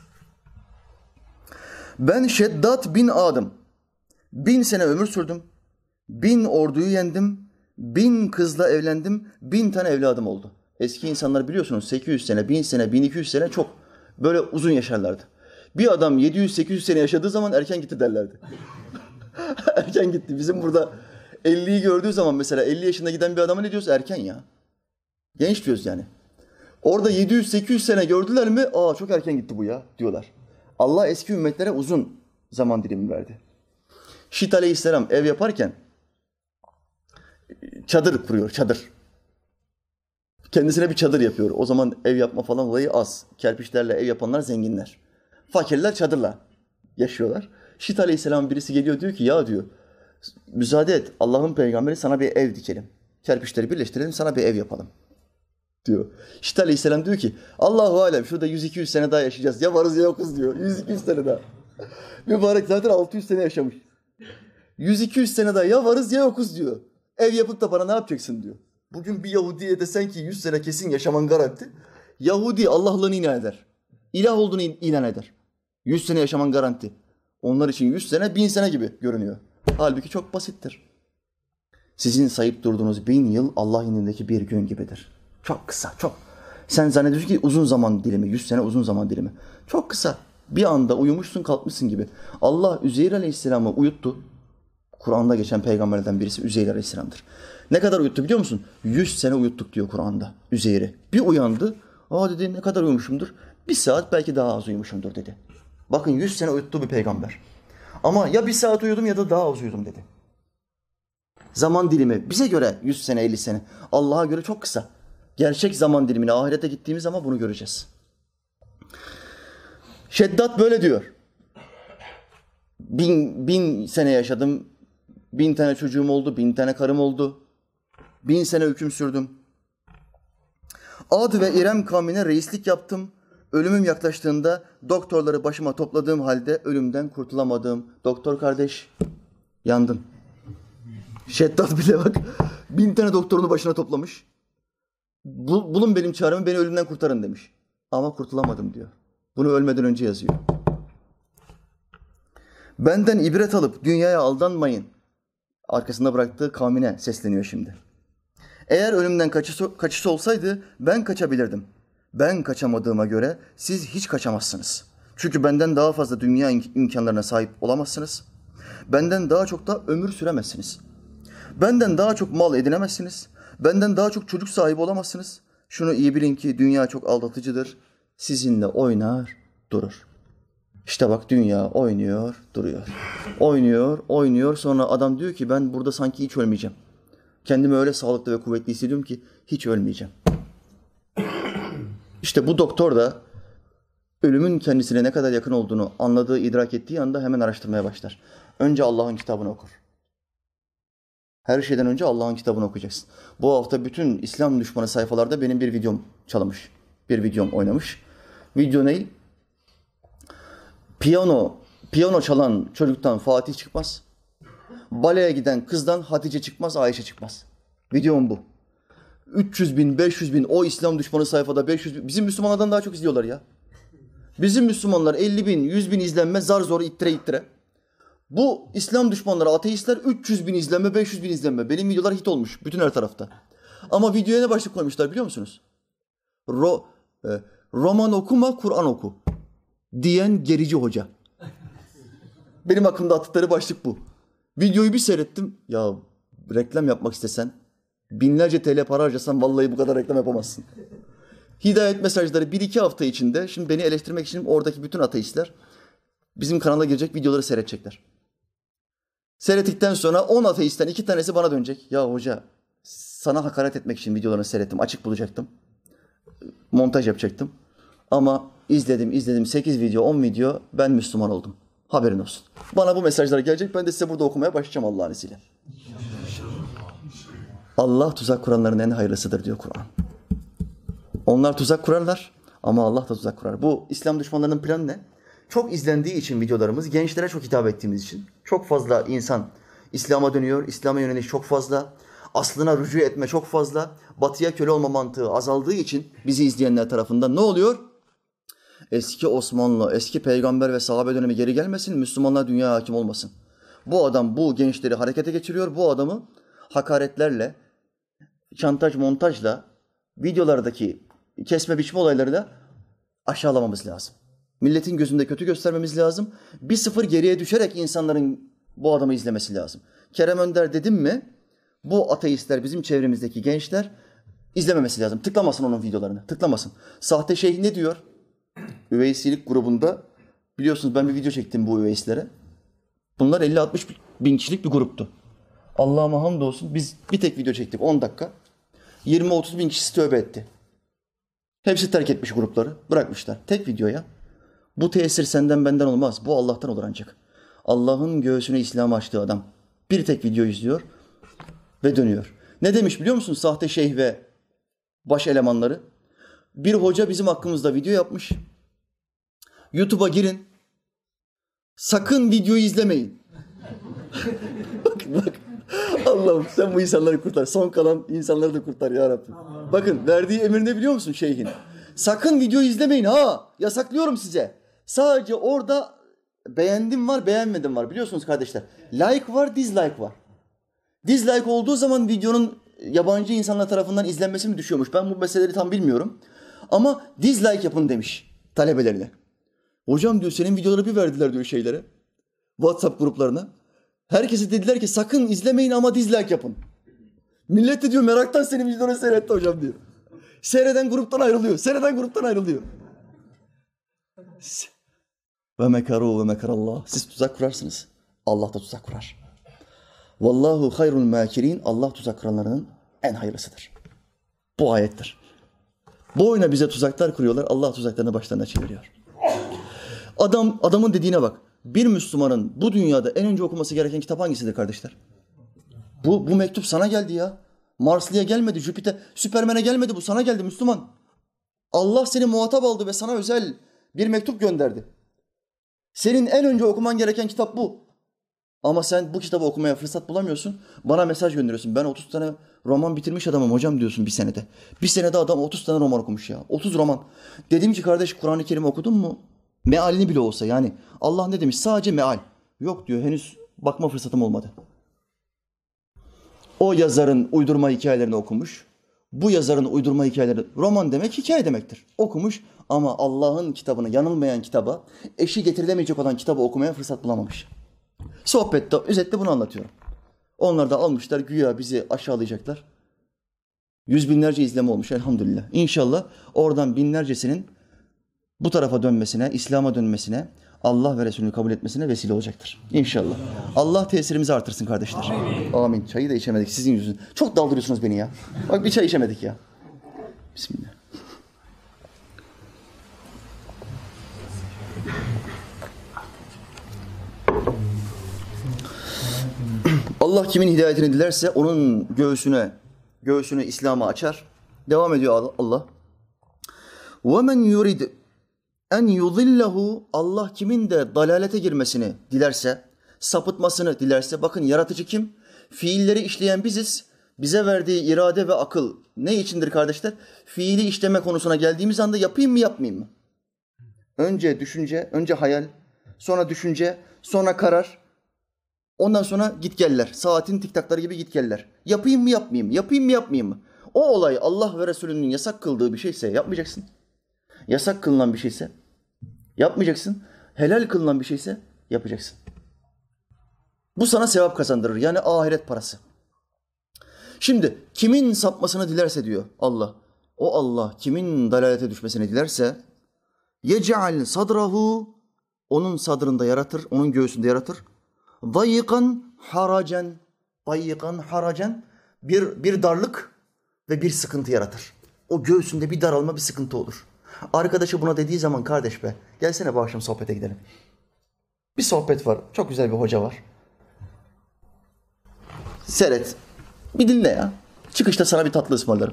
Speaker 1: Ben Şeddat bin Adım. 1000 sene ömür sürdüm. 1000 orduyu yendim. 1000 kızla evlendim. 1000 tane evladım oldu. Eski insanlar biliyorsunuz 800 sene, 1000 sene, 1200 sene çok böyle uzun yaşarlardı. Bir adam 700-800 sene yaşadığı zaman erken gitti derlerdi. Erken gitti. Bizim burada 50'yi gördüğü zaman mesela 50 yaşında giden bir adama ne diyoruz? Erken ya. Genç diyoruz yani. Orada 700-800 sene gördüler mi? Aa çok erken gitti bu ya diyorlar. Allah eski ümmetlere uzun zaman dilimi verdi. Şit Aleyhisselam ev yaparken çadır kuruyor, çadır. Kendisine bir çadır yapıyor. O zaman ev yapma falan olayı az. Kerpiçlerle ev yapanlar zenginler. Fakirler çadırla yaşıyorlar. Şit Aleyhisselam birisi geliyor diyor ki ya diyor müsaade et Allah'ın peygamberi sana bir ev dikelim. Kerpiçleri birleştirelim sana bir ev yapalım diyor. Şit Aleyhisselam diyor ki Allahu alem şurada 100-200 sene daha yaşayacağız. Ya varız ya yokuz diyor. 100-200 sene daha. Mübarek zaten 600 sene yaşamış. 100-200 sene daha ya varız ya yokuz diyor. Ev yapıp da bana ne yapacaksın diyor. Bugün bir Yahudi'ye desen ki 100 sene kesin yaşaman garanti. Yahudi Allah'lığını ilan eder. İlah olduğunu ilan eder. 100 sene yaşaman garanti. Onlar için 100 sene 1000 sene gibi görünüyor. Halbuki çok basittir. Sizin sayıp durduğunuz 1000 yıl Allah indindeki bir gün gibidir. Çok kısa, çok. Sen zannediyorsun ki uzun zaman dilimi, 100 sene uzun zaman dilimi. Çok kısa. Bir anda uyumuşsun kalkmışsın gibi. Allah Üzeyr Aleyhisselam'ı uyuttu. Kur'an'da geçen peygamberlerden birisi Üzeyr Aleyhisselam'dır. Ne kadar uyuttu biliyor musun? 100 sene uyuttuk diyor Kur'an'da Üzeyr'i. Bir uyandı. Aa dedi ne kadar uyumuşumdur? 1 saat belki daha az uyumuşumdur dedi. Bakın 100 sene uyuttu bir peygamber. Ama ya 1 saat uyudum ya da daha az uyudum dedi. Zaman dilimi bize göre 100 sene 50 sene. Allah'a göre çok kısa. Gerçek zaman dilimine ahirete gittiğimiz zaman bunu göreceğiz. Şeddat böyle diyor. Bin sene yaşadım. 1000 tane çocuğum oldu. 1000 tane karım oldu. 1000 sene hüküm sürdüm. Ad ve İrem kavmine reislik yaptım. Ölümüm yaklaştığında doktorları başıma topladığım halde ölümden kurtulamadım. Doktor kardeş yandın. Şeddat bile bak 1000 tane doktorunu başına toplamış. Bulun benim çaremi beni ölümden kurtarın demiş. Ama kurtulamadım diyor. Bunu ölmeden önce yazıyor. Benden ibret alıp dünyaya aldanmayın. Arkasında bıraktığı kavmine sesleniyor şimdi. Eğer ölümden kaçışı olsaydı ben kaçabilirdim. Ben kaçamadığıma göre siz hiç kaçamazsınız. Çünkü benden daha fazla dünya imkanlarına sahip olamazsınız. Benden daha çok da ömür süremezsiniz. Benden daha çok mal edinemezsiniz. Benden daha çok çocuk sahibi olamazsınız. Şunu iyi bilin ki dünya çok aldatıcıdır. Sizinle oynar, durur. İşte bak dünya oynuyor, duruyor. Oynuyor, oynuyor. Sonra adam diyor ki ben burada sanki hiç ölmeyeceğim. Kendimi öyle sağlıklı ve kuvvetli hissediyorum ki hiç ölmeyeceğim. İşte bu doktor da ölümün kendisine ne kadar yakın olduğunu anladığı, idrak ettiği anda hemen araştırmaya başlar. Önce Allah'ın kitabını okur. Her şeyden önce Allah'ın kitabını okuyacaksın. Bu hafta bütün İslam düşmanı sayfalarda benim bir videom çalmış. Bir videom oynamış. Video ne? Piyano çalan çocuktan Fatih çıkmaz. Baleye giden kızdan Hatice çıkmaz, Ayşe çıkmaz. Videom bu. 300 bin, 500 bin o İslam düşmanı sayfada 500 bin. Bizim Müslümanlardan daha çok izliyorlar ya. Bizim Müslümanlar 50 bin, 100 bin izlenme zar zor ittire ittire. Bu İslam düşmanları, ateistler 300 bin izlenme, 500 bin izlenme. Benim videolar hit olmuş bütün her tarafta. Ama videoya ne başlık koymuşlar biliyor musunuz? Roman okuma, Kur'an oku diyen gerici hoca. Benim aklımda attıkları başlık bu. Videoyu bir seyrettim. Ya reklam yapmak istesen, binlerce TL para harcasan vallahi bu kadar reklam yapamazsın. Hidayet mesajları 1-2 hafta içinde, şimdi beni eleştirmek için oradaki bütün ateistler bizim kanala girecek videoları seyredecekler. Seyrettikten sonra 10 ateistten 2 tanesi bana dönecek. Ya hoca sana hakaret etmek için videolarını seyrettim. Açık bulacaktım. Montaj yapacaktım. Ama izledim 8 video 10 video ben Müslüman oldum. Haberin olsun. Bana bu mesajlar gelecek. Ben de size burada okumaya başlayacağım Allah'ın izniyle. Allah tuzak kuranların en hayırlısıdır diyor Kur'an. Onlar tuzak kurarlar ama Allah da tuzak kurar. Bu İslam düşmanlarının planı ne? Çok izlendiği için videolarımız, gençlere çok hitap ettiğimiz için çok fazla insan İslam'a dönüyor, İslam'a yöneliş çok fazla, aslına rücu etme çok fazla, batıya köle olma mantığı azaldığı için bizi izleyenler tarafından ne oluyor? Eski Osmanlı, eski peygamber ve sahabe dönemi geri gelmesin, Müslümanlar dünyaya hakim olmasın. Bu adam bu gençleri harekete geçiriyor, bu adamı hakaretlerle, şantaj montajla, videolardaki kesme biçme olaylarıyla aşağılamamız lazım. Milletin gözünde kötü göstermemiz lazım. 1-0 geriye düşerek insanların bu adamı izlemesi lazım. Kerem Önder dedim mi bu ateistler, bizim çevremizdeki gençler izlememesi lazım. Tıklamasın onun videolarını, tıklamasın. Sahte şeyh ne diyor? Üveysilik grubunda biliyorsunuz ben bir video çektim bu üveyslere. Bunlar 50-60 bin kişilik bir gruptu. Allah'ıma hamdolsun biz bir tek video çektik 10 dakika. 20-30 bin kişisi tövbe etti. Hepsi terk etmiş grupları. Bırakmışlar. Tek videoya. Bu tesir senden benden olmaz. Bu Allah'tan olur ancak. Allah'ın göğsüne İslam'ı açtığı adam bir tek video izliyor ve dönüyor. Ne demiş biliyor musun sahte şeyh ve baş elemanları? Bir hoca bizim hakkımızda video yapmış. YouTube'a girin. Sakın videoyu izlemeyin. bak. Allah'ım sen bu insanları kurtar. Son kalan insanları da kurtar ya Rabbim. Bakın verdiği emir ne biliyor musun şeyhin? Sakın videoyu izlemeyin ha. Yasaklıyorum size. Sadece orada beğendim var, beğenmedim var. Biliyorsunuz kardeşler. Like var, dislike var. Dislike olduğu zaman videonun yabancı insanlar tarafından izlenmesi mi düşüyormuş? Ben bu meseleleri tam bilmiyorum. Ama dislike yapın demiş talebelerine. Hocam diyor senin videoları bir verdiler diyor şeylere. WhatsApp gruplarına. Herkese dediler ki sakın izlemeyin ama dislike yapın. Millet de diyor meraktan senin videonu seyretti hocam diyor. Seyreden gruptan ayrılıyor. Ve mekaru ve mekarallah. Siz tuzak kurarsınız. Allah da tuzak kurar. Vallahu hayrul makirin. Allah tuzak kuranlarının en hayırlısıdır. Bu ayettir. Bu oyuna bize tuzaklar kuruyorlar. Allah tuzaklarını başlarına çeviriyor. Adamın dediğine bak. Bir Müslümanın bu dünyada en önce okuması gereken kitap hangisidir kardeşler? Bu mektup sana geldi ya. Marslı'ya gelmedi, Jüpiter, Süpermen'e gelmedi. Bu sana geldi Müslüman. Allah seni muhatap aldı ve sana özel bir mektup gönderdi. Senin en önce okuman gereken kitap bu. Ama sen bu kitabı okumaya fırsat bulamıyorsun. Bana mesaj gönderiyorsun. Ben 30 tane roman bitirmiş adamım hocam diyorsun bir senede. Bir senede adam 30 tane roman okumuş ya. 30 roman. Dedim ki kardeş Kur'an-ı Kerim okudun mu? Mealini bile olsa yani. Allah ne demiş? Sadece meal. Yok diyor henüz bakma fırsatım olmadı. O yazarın uydurma hikayelerini okumuş. Bu yazarın uydurma hikayeleri, roman demek hikaye demektir. Okumuş ama Allah'ın kitabını, yanılmayan kitaba, eşi getirilemeyecek olan kitabı okumaya fırsat bulamamış. Sohbette, özetle bunu anlatıyorum. Onlar da almışlar, güya bizi aşağılayacaklar. Yüz binlerce izleme olmuş elhamdülillah. İnşallah oradan binlercesinin bu tarafa dönmesine, İslam'a dönmesine, Allah ve Resulünü kabul etmesine vesile olacaktır. İnşallah. Allah tesirimizi artırsın kardeşler. Amin. Çayı da içemedik sizin yüzünüzden. Çok daldırıyorsunuz beni ya. Bak bir çay içemedik ya. Bismillah. Allah kimin hidayetini dilerse onun göğsünü İslam'a açar. Devam ediyor Allah. وَمَنْ يُرِدْ en yudillahu Allah kimin de dalalete girmesini dilerse, sapıtmasını dilerse, bakın yaratıcı kim? Fiilleri işleyen biziz. Bize verdiği irade ve akıl ne içindir kardeşler? Fiili işleme konusuna geldiğimiz anda yapayım mı yapmayayım mı? Önce düşünce, önce hayal, sonra düşünce, sonra karar. Ondan sonra gitgeller. Saatin tiktakları gibi gitgeller. Yapayım mı yapmayayım mı? Yapayım mı yapmayayım mı? O olay Allah ve Resulünün yasak kıldığı bir şeyse yapmayacaksın. Yasak kılınan bir şeyse yapmayacaksın. Helal kılınan bir şeyse yapacaksın. Bu sana sevap kazandırır. Yani ahiret parası. Şimdi kimin sapmasını dilerse diyor Allah. O Allah kimin dalalete düşmesini dilerse yec'al sadrahu onun sadrında yaratır, onun göğsünde yaratır. Dayikan haracen bir darlık ve bir sıkıntı yaratır. O göğsünde bir daralma, bir sıkıntı olur. Arkadaşı buna dediği zaman kardeş be gelsene bu akşam sohbete gidelim. Bir sohbet var. Çok güzel bir hoca var. Seyret. Bir dinle ya. Çıkışta sana bir tatlı ısmarlarım.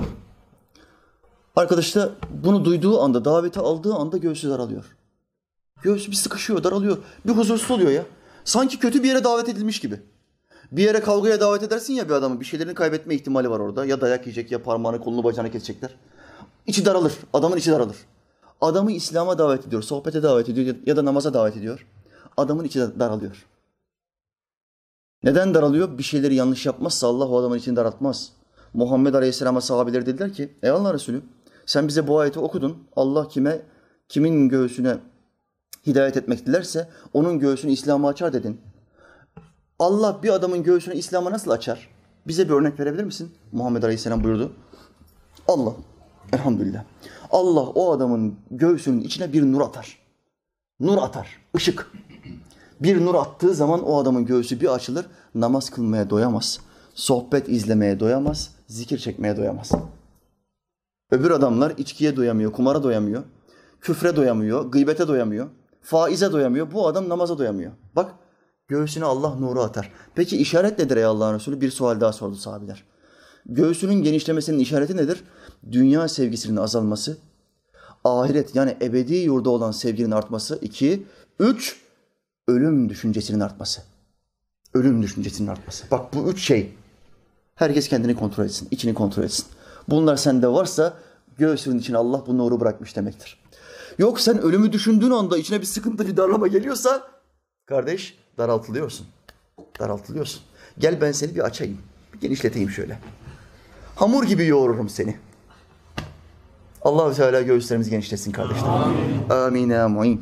Speaker 1: Arkadaş da bunu duyduğu anda, daveti aldığı anda göğsü daralıyor. Göğsü bir sıkışıyor, daralıyor. Bir huzursuz oluyor ya. Sanki kötü bir yere davet edilmiş gibi. Bir yere kavgaya davet edersin ya bir adamı. Bir şeylerini kaybetme ihtimali var orada. Ya dayak yiyecek ya parmağını, kolunu, bacağını kesecekler. İçi daralır. Adamın içi daralır. Adamı İslam'a davet ediyor, sohbete davet ediyor ya da namaza davet ediyor. Adamın içi daralıyor. Neden daralıyor? Bir şeyleri yanlış yapmazsa Allah o adamın içini daraltmaz. Muhammed Aleyhisselam'a sahabeleri dediler ki, ey Allah Resulü sen bize bu ayeti okudun. Allah kimin göğsüne hidayet etmek dilerse onun göğsünü İslam'a açar dedin. Allah bir adamın göğsünü İslam'a nasıl açar? Bize bir örnek verebilir misin? Muhammed Aleyhisselam buyurdu. Allah, elhamdülillah. Allah o adamın göğsünün içine bir nur atar. Nur atar, ışık. Bir nur attığı zaman o adamın göğsü bir açılır, namaz kılmaya doyamaz, sohbet izlemeye doyamaz, zikir çekmeye doyamaz. Öbür adamlar içkiye doyamıyor, kumara doyamıyor, küfre doyamıyor, gıybete doyamıyor, faize doyamıyor. Bu adam namaza doyamıyor. Bak, göğsüne Allah nuru atar. Peki işaret nedir ey Allah'ın Resulü? Bir sual daha sordu sahabiler. Göğsünün genişlemesinin işareti nedir? Dünya sevgisinin azalması, ahiret yani ebedi yurda olan sevginin artması. 2, 3, ölüm düşüncesinin artması. Ölüm düşüncesinin artması. Bak bu 3 şey. Herkes kendini kontrol etsin, içini kontrol etsin. Bunlar sende varsa göğsünün içine Allah bu nuru bırakmış demektir. Yok sen ölümü düşündüğün anda içine bir sıkıntı, bir darlama geliyorsa kardeş daraltılıyorsun. Daraltılıyorsun. Gel ben seni bir açayım. Bir genişleteyim şöyle. Hamur gibi yoğururum seni. Allah-u Teala göğüslerimizi genişletsin kardeşlerim. Amin. Amin. Amin.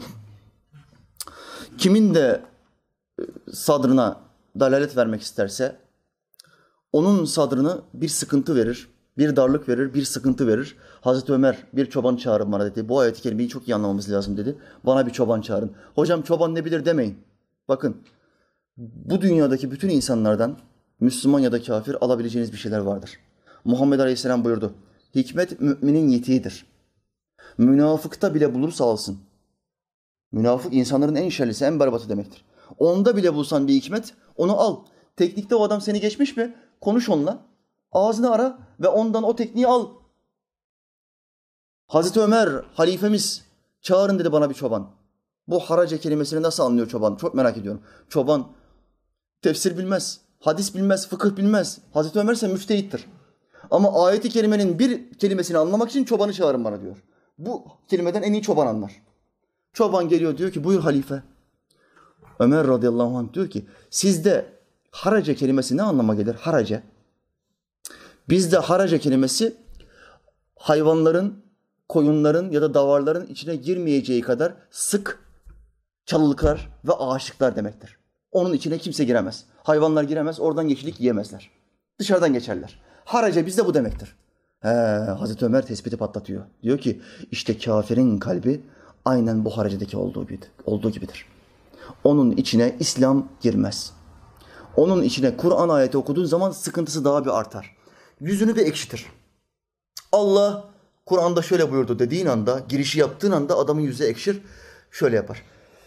Speaker 1: Kimin de sadrına dalalet vermek isterse onun sadrını bir sıkıntı verir, bir darlık verir, bir sıkıntı verir. Hazreti Ömer bir çoban çağırın bana dedi. Bu ayet-i kerimeyi çok iyi anlamamız lazım dedi. Bana bir çoban çağırın. Hocam çoban ne bilir demeyin. Bakın bu dünyadaki bütün insanlardan Müslüman ya da kafir alabileceğiniz bir şeyler vardır. Muhammed Aleyhisselam buyurdu. Hikmet müminin yetiğidir. Münafıkta bile bulursa alsın. Münafık insanların en şerlisi, en berbatı demektir. Onda bile bulsan bir hikmet onu al. Teknikte o adam seni geçmiş mi? Konuş onunla. Ağzını ara ve ondan o tekniği al. Hazreti Ömer halifemiz çağırın dedi bana bir çoban. Bu harace kelimesini nasıl anlıyor çoban? Çok merak ediyorum. Çoban tefsir bilmez, hadis bilmez, fıkıh bilmez. Hazreti Ömer ise müftehittir. Ama ayet-i kerimenin bir kelimesini anlamak için çobanı çağırın bana diyor. Bu kelimeden en iyi çoban anlar. Çoban geliyor diyor ki buyur halife. Ömer radıyallahu anh diyor ki sizde harace kelimesi ne anlama gelir? Harace. Bizde harace kelimesi hayvanların, koyunların ya da davarların içine girmeyeceği kadar sık çalılıklar ve ağaçlıklar demektir. Onun içine kimse giremez. Hayvanlar giremez, oradan yeşillik yiyemezler. Dışarıdan geçerler. Harace bizde bu demektir. Hazreti Ömer tespiti patlatıyor. Diyor ki işte kafirin kalbi aynen bu haracedeki olduğu gibidir. Onun içine İslam girmez. Onun içine Kur'an ayeti okuduğun zaman sıkıntısı daha bir artar. Yüzünü bir ekşitir. Allah Kur'an'da şöyle buyurdu dediğin anda, girişi yaptığın anda adamın yüzü ekşir. Şöyle yapar.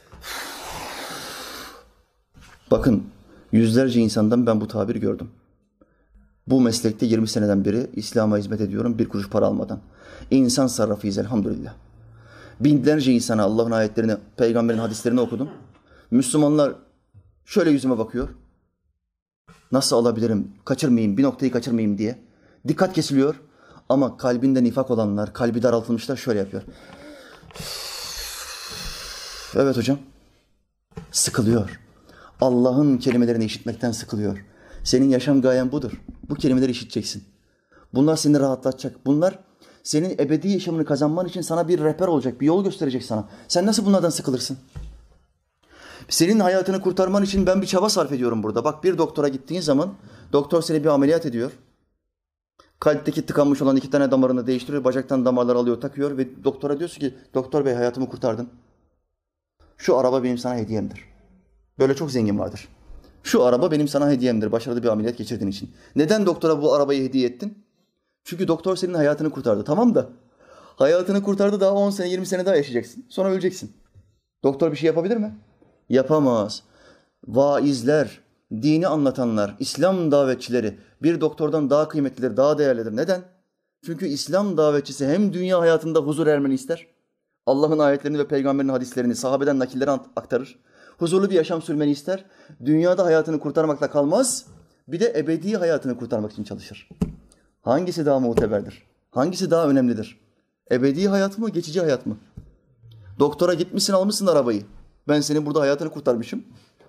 Speaker 1: Bakın yüzlerce insandan ben bu tabiri gördüm. Bu meslekte 20 seneden beri İslam'a hizmet ediyorum bir kuruş para almadan. İnsan sarrafıyız elhamdülillah. Binlerce insana Allah'ın ayetlerini, peygamberin hadislerini okudum. Müslümanlar şöyle yüzüme bakıyor. Nasıl alabilirim, kaçırmayayım, bir noktayı kaçırmayayım diye. Dikkat kesiliyor ama kalbinde nifak olanlar, kalbi daraltılmışlar şöyle yapıyor. Evet hocam, sıkılıyor. Allah'ın kelimelerini işitmekten sıkılıyor. Senin yaşam gayen budur. Bu kelimeleri işiteceksin. Bunlar seni rahatlatacak. Bunlar senin ebedi yaşamını kazanman için sana bir rehber olacak, bir yol gösterecek sana. Sen nasıl bunlardan sıkılırsın? Senin hayatını kurtarman için ben bir çaba sarf ediyorum burada. Bak bir doktora gittiğin zaman doktor seni bir ameliyat ediyor. Kalpteki tıkanmış olan 2 tane damarını değiştiriyor. Bacaktan damarlar alıyor, takıyor ve doktora diyorsun ki doktor bey hayatımı kurtardın. Şu araba benim sana hediyemdir. Böyle çok zengin vardır. Şu araba benim sana hediyemdir. Başarılı bir ameliyat geçirdiğin için. Neden doktora bu arabayı hediye ettin? Çünkü doktor senin hayatını kurtardı. Tamam da hayatını kurtardı daha 10 sene 20 sene daha yaşayacaksın. Sonra öleceksin. Doktor bir şey yapabilir mi? Yapamaz. Vaizler, dini anlatanlar, İslam davetçileri bir doktordan daha kıymetlidir, daha değerlidir. Neden? Çünkü İslam davetçisi hem dünya hayatında huzur ermeni ister, Allah'ın ayetlerini ve peygamberin hadislerini, sahabeden nakilleri aktarır. Huzurlu bir yaşam sürmeni ister. Dünyada hayatını kurtarmakla kalmaz, bir de ebedi hayatını kurtarmak için çalışır. Hangisi daha muteberdir? Hangisi daha önemlidir? Ebedi hayat mı, geçici hayat mı? Doktora gitmişsin, almışsın arabayı. Ben senin burada hayatını kurtarmışım.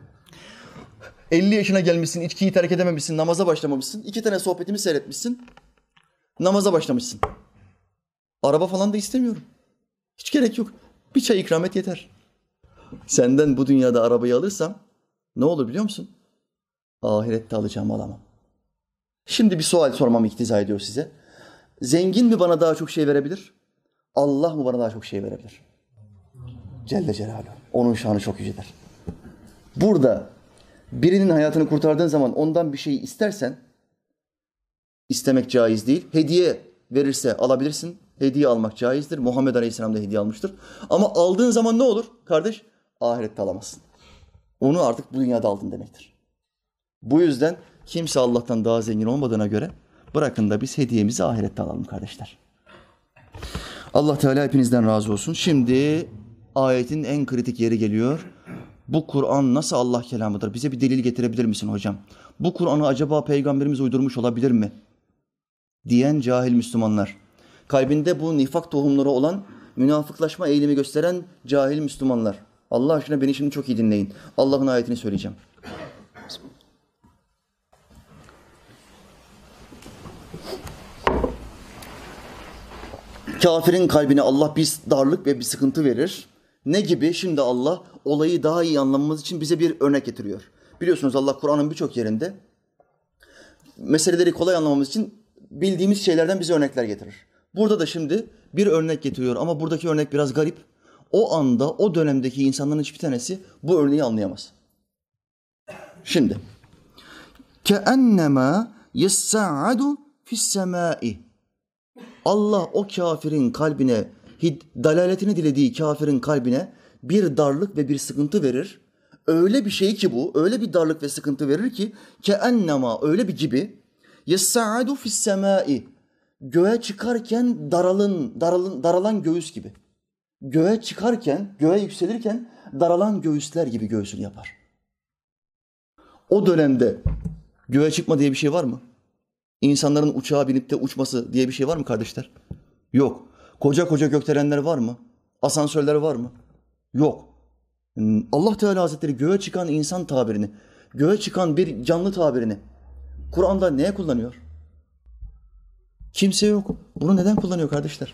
Speaker 1: 50 yaşına gelmişsin, içkiyi terk edememişsin, namaza başlamamışsın. 2 tane sohbetimi seyretmişsin, namaza başlamışsın. Araba falan da istemiyorum. Hiç gerek yok. Bir çay ikram et yeter. Senden bu dünyada arabayı alırsam ne olur biliyor musun? Ahirette alacağımı alamam. Şimdi bir sual sormamı iktiza ediyor size. Zengin mi bana daha çok şey verebilir? Allah mı bana daha çok şey verebilir? Celle Celaluhu. Onun şanı çok yücedir. Burada birinin hayatını kurtardığın zaman ondan bir şey istersen istemek caiz değil. Hediye verirse alabilirsin. Hediye almak caizdir. Muhammed Aleyhisselam da hediye almıştır. Ama aldığın zaman ne olur kardeş? Ahirette alamazsın. Onu artık bu dünyada aldın demektir. Bu yüzden kimse Allah'tan daha zengin olmadığına göre bırakın da biz hediyemizi ahirette alalım kardeşler. Allah Teala hepinizden razı olsun. Şimdi ayetin en kritik yeri geliyor. Bu Kur'an nasıl Allah kelamıdır? Bize bir delil getirebilir misin hocam? Bu Kur'an'ı acaba Peygamberimiz uydurmuş olabilir mi? Diyen cahil Müslümanlar. Kalbinde bu nifak tohumları olan, münafıklaşma eğilimi gösteren cahil Müslümanlar. Allah aşkına beni şimdi çok iyi dinleyin. Allah'ın ayetini söyleyeceğim. Kafirin kalbine Allah bir darlık ve bir sıkıntı verir. Ne gibi? Şimdi Allah olayı daha iyi anlamamız için bize bir örnek getiriyor. Biliyorsunuz Allah Kur'an'ın birçok yerinde meseleleri kolay anlamamız için bildiğimiz şeylerden bize örnekler getirir. Burada da şimdi bir örnek getiriyor ama buradaki örnek biraz garip. O anda, o dönemdeki insanların hiçbir tanesi bu örneği anlayamaz. Şimdi كَأَنَّمَا يَسَّعَّدُ فِي السَّمَاءِ Allah o kafirin kalbine, dalaletini dilediği kafirin kalbine bir darlık ve bir sıkıntı verir. Öyle bir şey ki bu, öyle bir darlık ve sıkıntı verir ki keennema öyle bir gibi yes'adu fis semai göğe çıkarken daralan göğüs gibi. Göğe çıkarken, göğe yükselirken daralan göğüsler gibi göğsünü yapar. O dönemde göğe çıkma diye bir şey var mı? İnsanların uçağa binip de uçması diye bir şey var mı kardeşler? Yok. Koca koca gökdelenler var mı? Asansörler var mı? Yok. Allah Teala Hazretleri göğe çıkan insan tabirini, göğe çıkan bir canlı tabirini Kur'an'da neye kullanıyor? Kimse yok. Bunu neden kullanıyor kardeşler?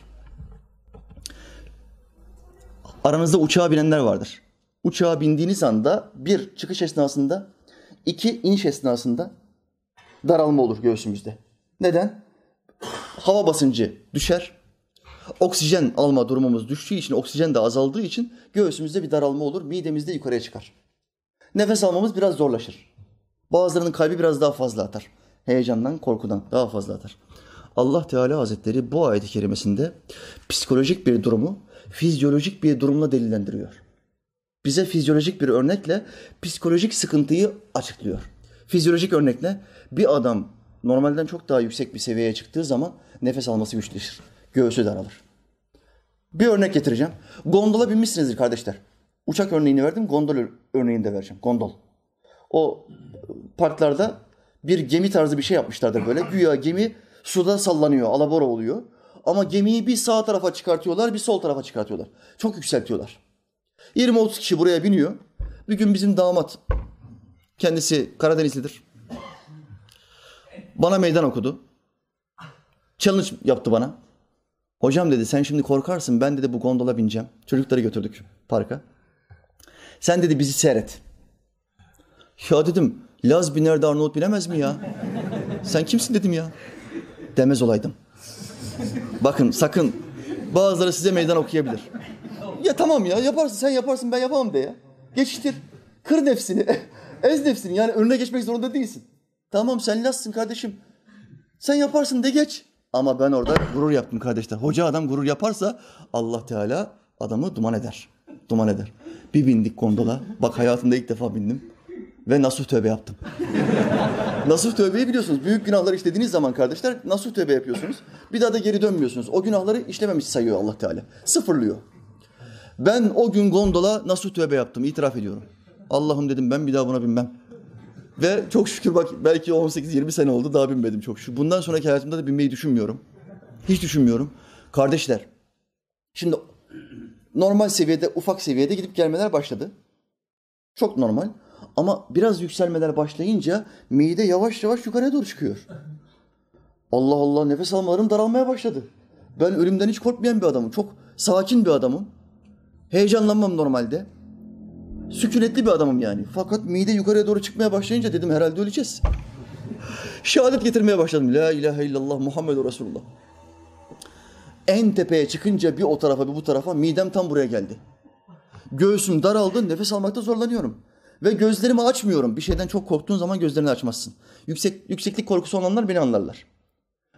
Speaker 1: Aranızda uçağa binenler vardır. Uçağa bindiğiniz anda bir çıkış esnasında, iki iniş esnasında daralma olur göğsümüzde. Neden? Hava basıncı düşer. Oksijen alma durumumuz düştüğü için, oksijen de azaldığı için göğsümüzde bir daralma olur. Midemizde yukarıya çıkar. Nefes almamız biraz zorlaşır. Bazılarının kalbi biraz daha fazla atar. Heyecandan, korkudan daha fazla atar. Allah Teala Hazretleri bu ayet-i kerimesinde psikolojik bir durumu fizyolojik bir durumla delillendiriyor. Bize fizyolojik bir örnekle psikolojik sıkıntıyı açıklıyor. Fizyolojik örnekle bir adam normalden çok daha yüksek bir seviyeye çıktığı zaman nefes alması güçleşir. Göğsü daralır. Bir örnek getireceğim. Gondola binmişsinizdir kardeşler. Uçak örneğini verdim, gondol örneğini de vereceğim. Gondol. O parklarda bir gemi tarzı bir şey yapmışlardır böyle. Güya gemi suda sallanıyor, alabora oluyor. Ama gemiyi bir sağ tarafa çıkartıyorlar, bir sol tarafa çıkartıyorlar. Çok yükseltiyorlar. 20-30 kişi buraya biniyor. Bir gün bizim damat, kendisi Karadenizlidir, bana meydan okudu. Challenge yaptı bana. Hocam dedi sen şimdi korkarsın, ben dedi bu gondola bineceğim. Çocukları götürdük parka. Sen dedi bizi seyret. Ya dedim Laz biner de Arnavut binemez mi ya? Sen kimsin dedim ya. Demez olaydım. Bakın sakın bazıları size meydan okuyabilir. Ya tamam ya yaparsın, sen yaparsın, ben yapamam de ya. Geçiştir. Kır nefsini. Ez nefsini, yani önüne geçmek zorunda değilsin. Tamam sen Lazsın kardeşim. Sen yaparsın de geç. Ama ben orada gurur yaptım kardeşler. Hoca adam gurur yaparsa Allah Teala adamı duman eder. Duman eder. Bir bindik gondola. Bak hayatımda ilk defa bindim. Ve nasuh tövbe yaptım. Nasuh tövbeyi biliyorsunuz. Büyük günahları işlediğiniz zaman kardeşler nasuh tövbe yapıyorsunuz. Bir daha da geri dönmüyorsunuz. O günahları işlememiş sayıyor Allah Teala. Sıfırlıyor. Ben o gün gondola nasuh tövbe yaptım. İtiraf ediyorum. Allah'ım dedim ben bir daha buna binmem. Ve çok şükür bak belki 18-20 sene oldu daha binmedim çok şükür. Bundan sonraki hayatımda da binmeyi düşünmüyorum. Hiç düşünmüyorum. Kardeşler, şimdi normal seviyede, ufak seviyede gidip gelmeler başladı. Çok normal. Ama biraz yükselmeler başlayınca mide yavaş yavaş yukarıya doğru çıkıyor. Allah Allah, nefes almalarım daralmaya başladı. Ben ölümden hiç korkmayan bir adamım. Çok sakin bir adamım. Heyecanlanmam normalde. Sükunetli bir adamım yani. Fakat mide yukarıya doğru çıkmaya başlayınca dedim herhalde öleceğiz. Şehadet getirmeye başladım. La ilahe illallah Muhammedur Resulullah. En tepeye çıkınca bir o tarafa bir bu tarafa midem tam buraya geldi. Göğsüm daraldı, nefes almakta zorlanıyorum. Ve gözlerimi açmıyorum. Bir şeyden çok korktuğun zaman gözlerini açmazsın. Yükseklik korkusu olanlar beni anlarlar.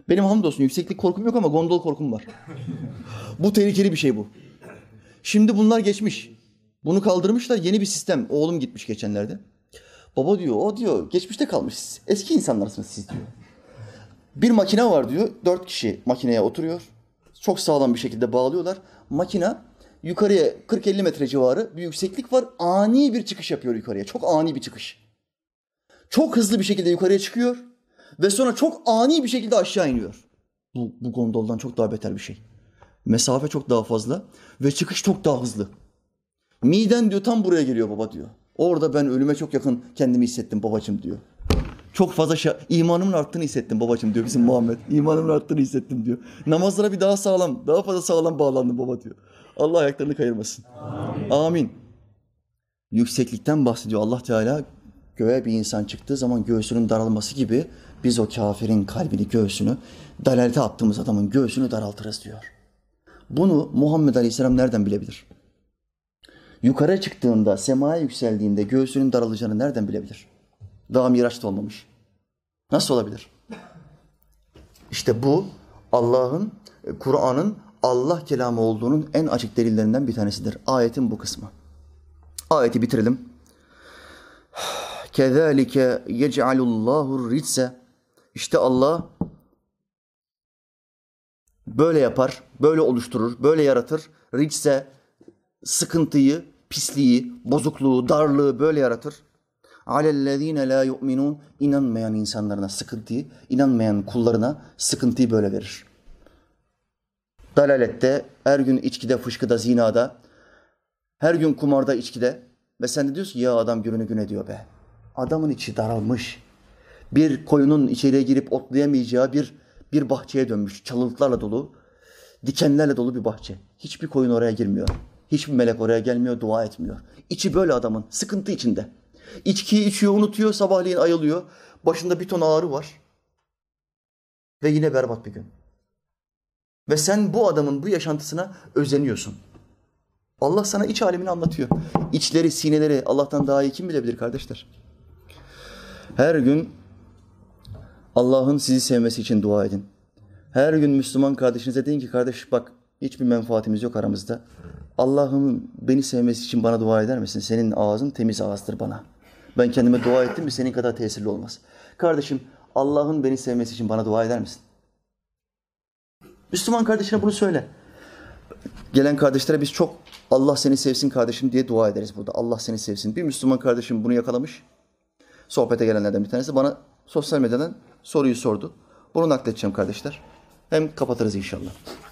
Speaker 1: Benim hamdolsun yükseklik korkum yok ama gondol korkum var. Bu tehlikeli bir şey bu. Şimdi bunlar geçmiş. Bunu kaldırmışlar, yeni bir sistem. Oğlum gitmiş geçenlerde. Baba diyor, o diyor geçmişte kalmış. Eski insanlarsınız siz diyor. Bir makine var diyor. 4 kişi makineye oturuyor. Çok sağlam bir şekilde bağlıyorlar. Makine yukarıya 40-50 metre civarı bir yükseklik var. Ani bir çıkış yapıyor yukarıya. Çok ani bir çıkış. Çok hızlı bir şekilde yukarıya çıkıyor. Ve sonra çok ani bir şekilde aşağı iniyor. Bu gondoldan çok daha beter bir şey. Mesafe çok daha fazla ve çıkış çok daha hızlı. Miden diyor tam buraya geliyor baba diyor. Orada ben ölüme çok yakın kendimi hissettim babacığım diyor. Çok fazla imanımın arttığını hissettim babacığım diyor bizim Muhammed. İmanımın arttığını hissettim diyor. Namazlara bir daha sağlam, daha fazla sağlam bağlandım baba diyor. Allah ayaklarını kayırmasın. Amin. Amin. Yükseklikten bahsediyor Allah Teala. Göğe bir insan çıktığı zaman göğsünün daralması gibi biz o kafirin kalbini, göğsünü, dalalete attığımız adamın göğsünü daraltırız diyor. Bunu Muhammed Aleyhisselam nereden bilebilir? Yukarı çıktığında, semaya yükseldiğinde göğsünün daralacağını nereden bilebilir? Daha Miraç'ta olmamış. Nasıl olabilir? İşte bu Allah'ın, Kur'an'ın Allah kelamı olduğunun en açık delillerinden bir tanesidir. Ayetin bu kısmı. Ayeti bitirelim. Kezalike yec'alullahu ritse. İşte Allah böyle yapar, böyle oluşturur, böyle yaratır. Ritse sıkıntıyı, pisliği, bozukluğu, darlığı böyle yaratır. Alellezine la yu'minun, inanmayan insanlarına sıkıntıyı, inanmayan kullarına sıkıntıyı böyle verir. Dalalette, her gün içkide, fışkıda, zinada, her gün kumarda, içkide ve sen de diyorsun ya adam gününü gün ediyor be. Adamın içi daralmış. Bir koyunun içeriye girip otlayamayacağı bir bahçeye dönmüş. Çalılıklarla dolu, dikenlerle dolu bir bahçe. Hiçbir koyun oraya girmiyor. Hiçbir melek oraya gelmiyor, dua etmiyor. İçi böyle adamın, sıkıntı içinde. İçkiyi içiyor, unutuyor, sabahleyin ayılıyor. Başında bir ton ağrı var. Ve yine berbat bir gün. Ve sen bu adamın bu yaşantısına özeniyorsun. Allah sana iç alemini anlatıyor. İçleri, sineleri Allah'tan daha iyi kim bilebilir kardeşler? Her gün Allah'ın sizi sevmesi için dua edin. Her gün Müslüman kardeşinize deyin ki kardeş bak hiçbir menfaatimiz yok aramızda. Allah'ın beni sevmesi için bana dua eder misin? Senin ağzın temiz ağızdır bana. Ben kendime dua ettim mi senin kadar tesirli olmaz. Kardeşim Allah'ın beni sevmesi için bana dua eder misin? Müslüman kardeşine bunu söyle. Gelen kardeşlere biz çok Allah seni sevsin kardeşim diye dua ederiz burada. Allah seni sevsin. Bir Müslüman kardeşim bunu yakalamış. Sohbete gelenlerden bir tanesi bana sosyal medyadan soruyu sordu. Bunu nakledeceğim kardeşler. Hem kapatırız inşallah.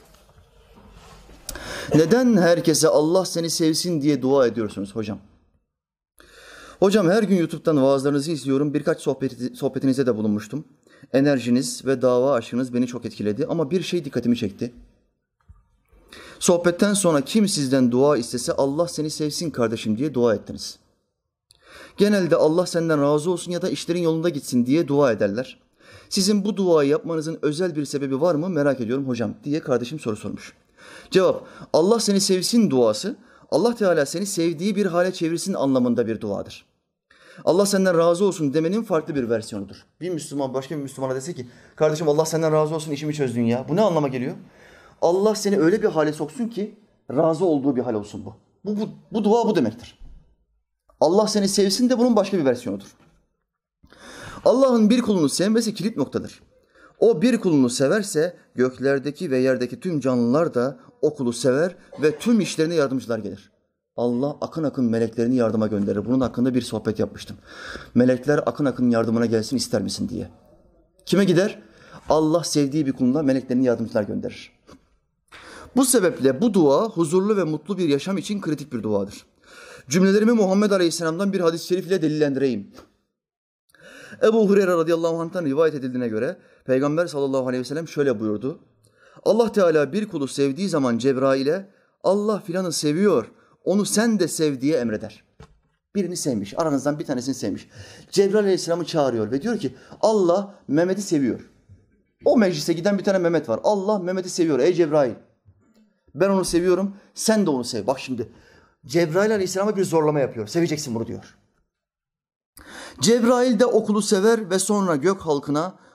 Speaker 1: Neden herkese Allah seni sevsin diye dua ediyorsunuz hocam? Hocam her gün YouTube'dan vaazlarınızı izliyorum. Birkaç sohbetinize de bulunmuştum. Enerjiniz ve dava aşkınız beni çok etkiledi ama bir şey dikkatimi çekti. Sohbetten sonra kim sizden dua istese Allah seni sevsin kardeşim diye dua ettiniz. Genelde Allah senden razı olsun ya da işlerin yolunda gitsin diye dua ederler. Sizin bu duayı yapmanızın özel bir sebebi var mı merak ediyorum hocam diye kardeşim soru sormuş. Cevap, Allah seni sevsin duası, Allah Teala seni sevdiği bir hale çevirsin anlamında bir duadır. Allah senden razı olsun demenin farklı bir versiyonudur. Bir Müslüman başka bir Müslümana dese ki, kardeşim Allah senden razı olsun işimi çözdün ya. Bu ne anlama geliyor? Allah seni öyle bir hale soksun ki razı olduğu bir hal olsun bu. Bu dua bu demektir. Allah seni sevsin de bunun başka bir versiyonudur. Allah'ın bir kulunu sevmesi kilit noktadır. O bir kulunu severse göklerdeki ve yerdeki tüm canlılar da o kulu sever ve tüm işlerine yardımcılar gelir. Allah akın akın meleklerini yardıma gönderir. Bunun hakkında bir sohbet yapmıştım. Melekler akın akın yardımına gelsin ister misin diye. Kime gider? Allah sevdiği bir kuluna meleklerini yardımcılar gönderir. Bu sebeple bu dua huzurlu ve mutlu bir yaşam için kritik bir duadır. Cümlelerimi Muhammed Aleyhisselam'dan bir hadis-i şerif ile delillendireyim. Ebu Hureyre radıyallahu anh'tan rivayet edildiğine göre Peygamber sallallahu aleyhi ve sellem şöyle buyurdu. Allah Teala bir kulu sevdiği zaman Cebrail'e Allah filanı seviyor, onu sen de sev diye emreder. Birini sevmiş, aranızdan bir tanesini sevmiş. Cebrail aleyhisselamı çağırıyor ve diyor ki Allah Mehmet'i seviyor. O meclise giden bir tane Mehmet var. Allah Mehmet'i seviyor ey Cebrail. Ben onu seviyorum, sen de onu sev. Bak şimdi Cebrail aleyhisselama bir zorlama yapıyor. Seveceksin bunu diyor. Cebrail de o kulu sever ve sonra gök halkına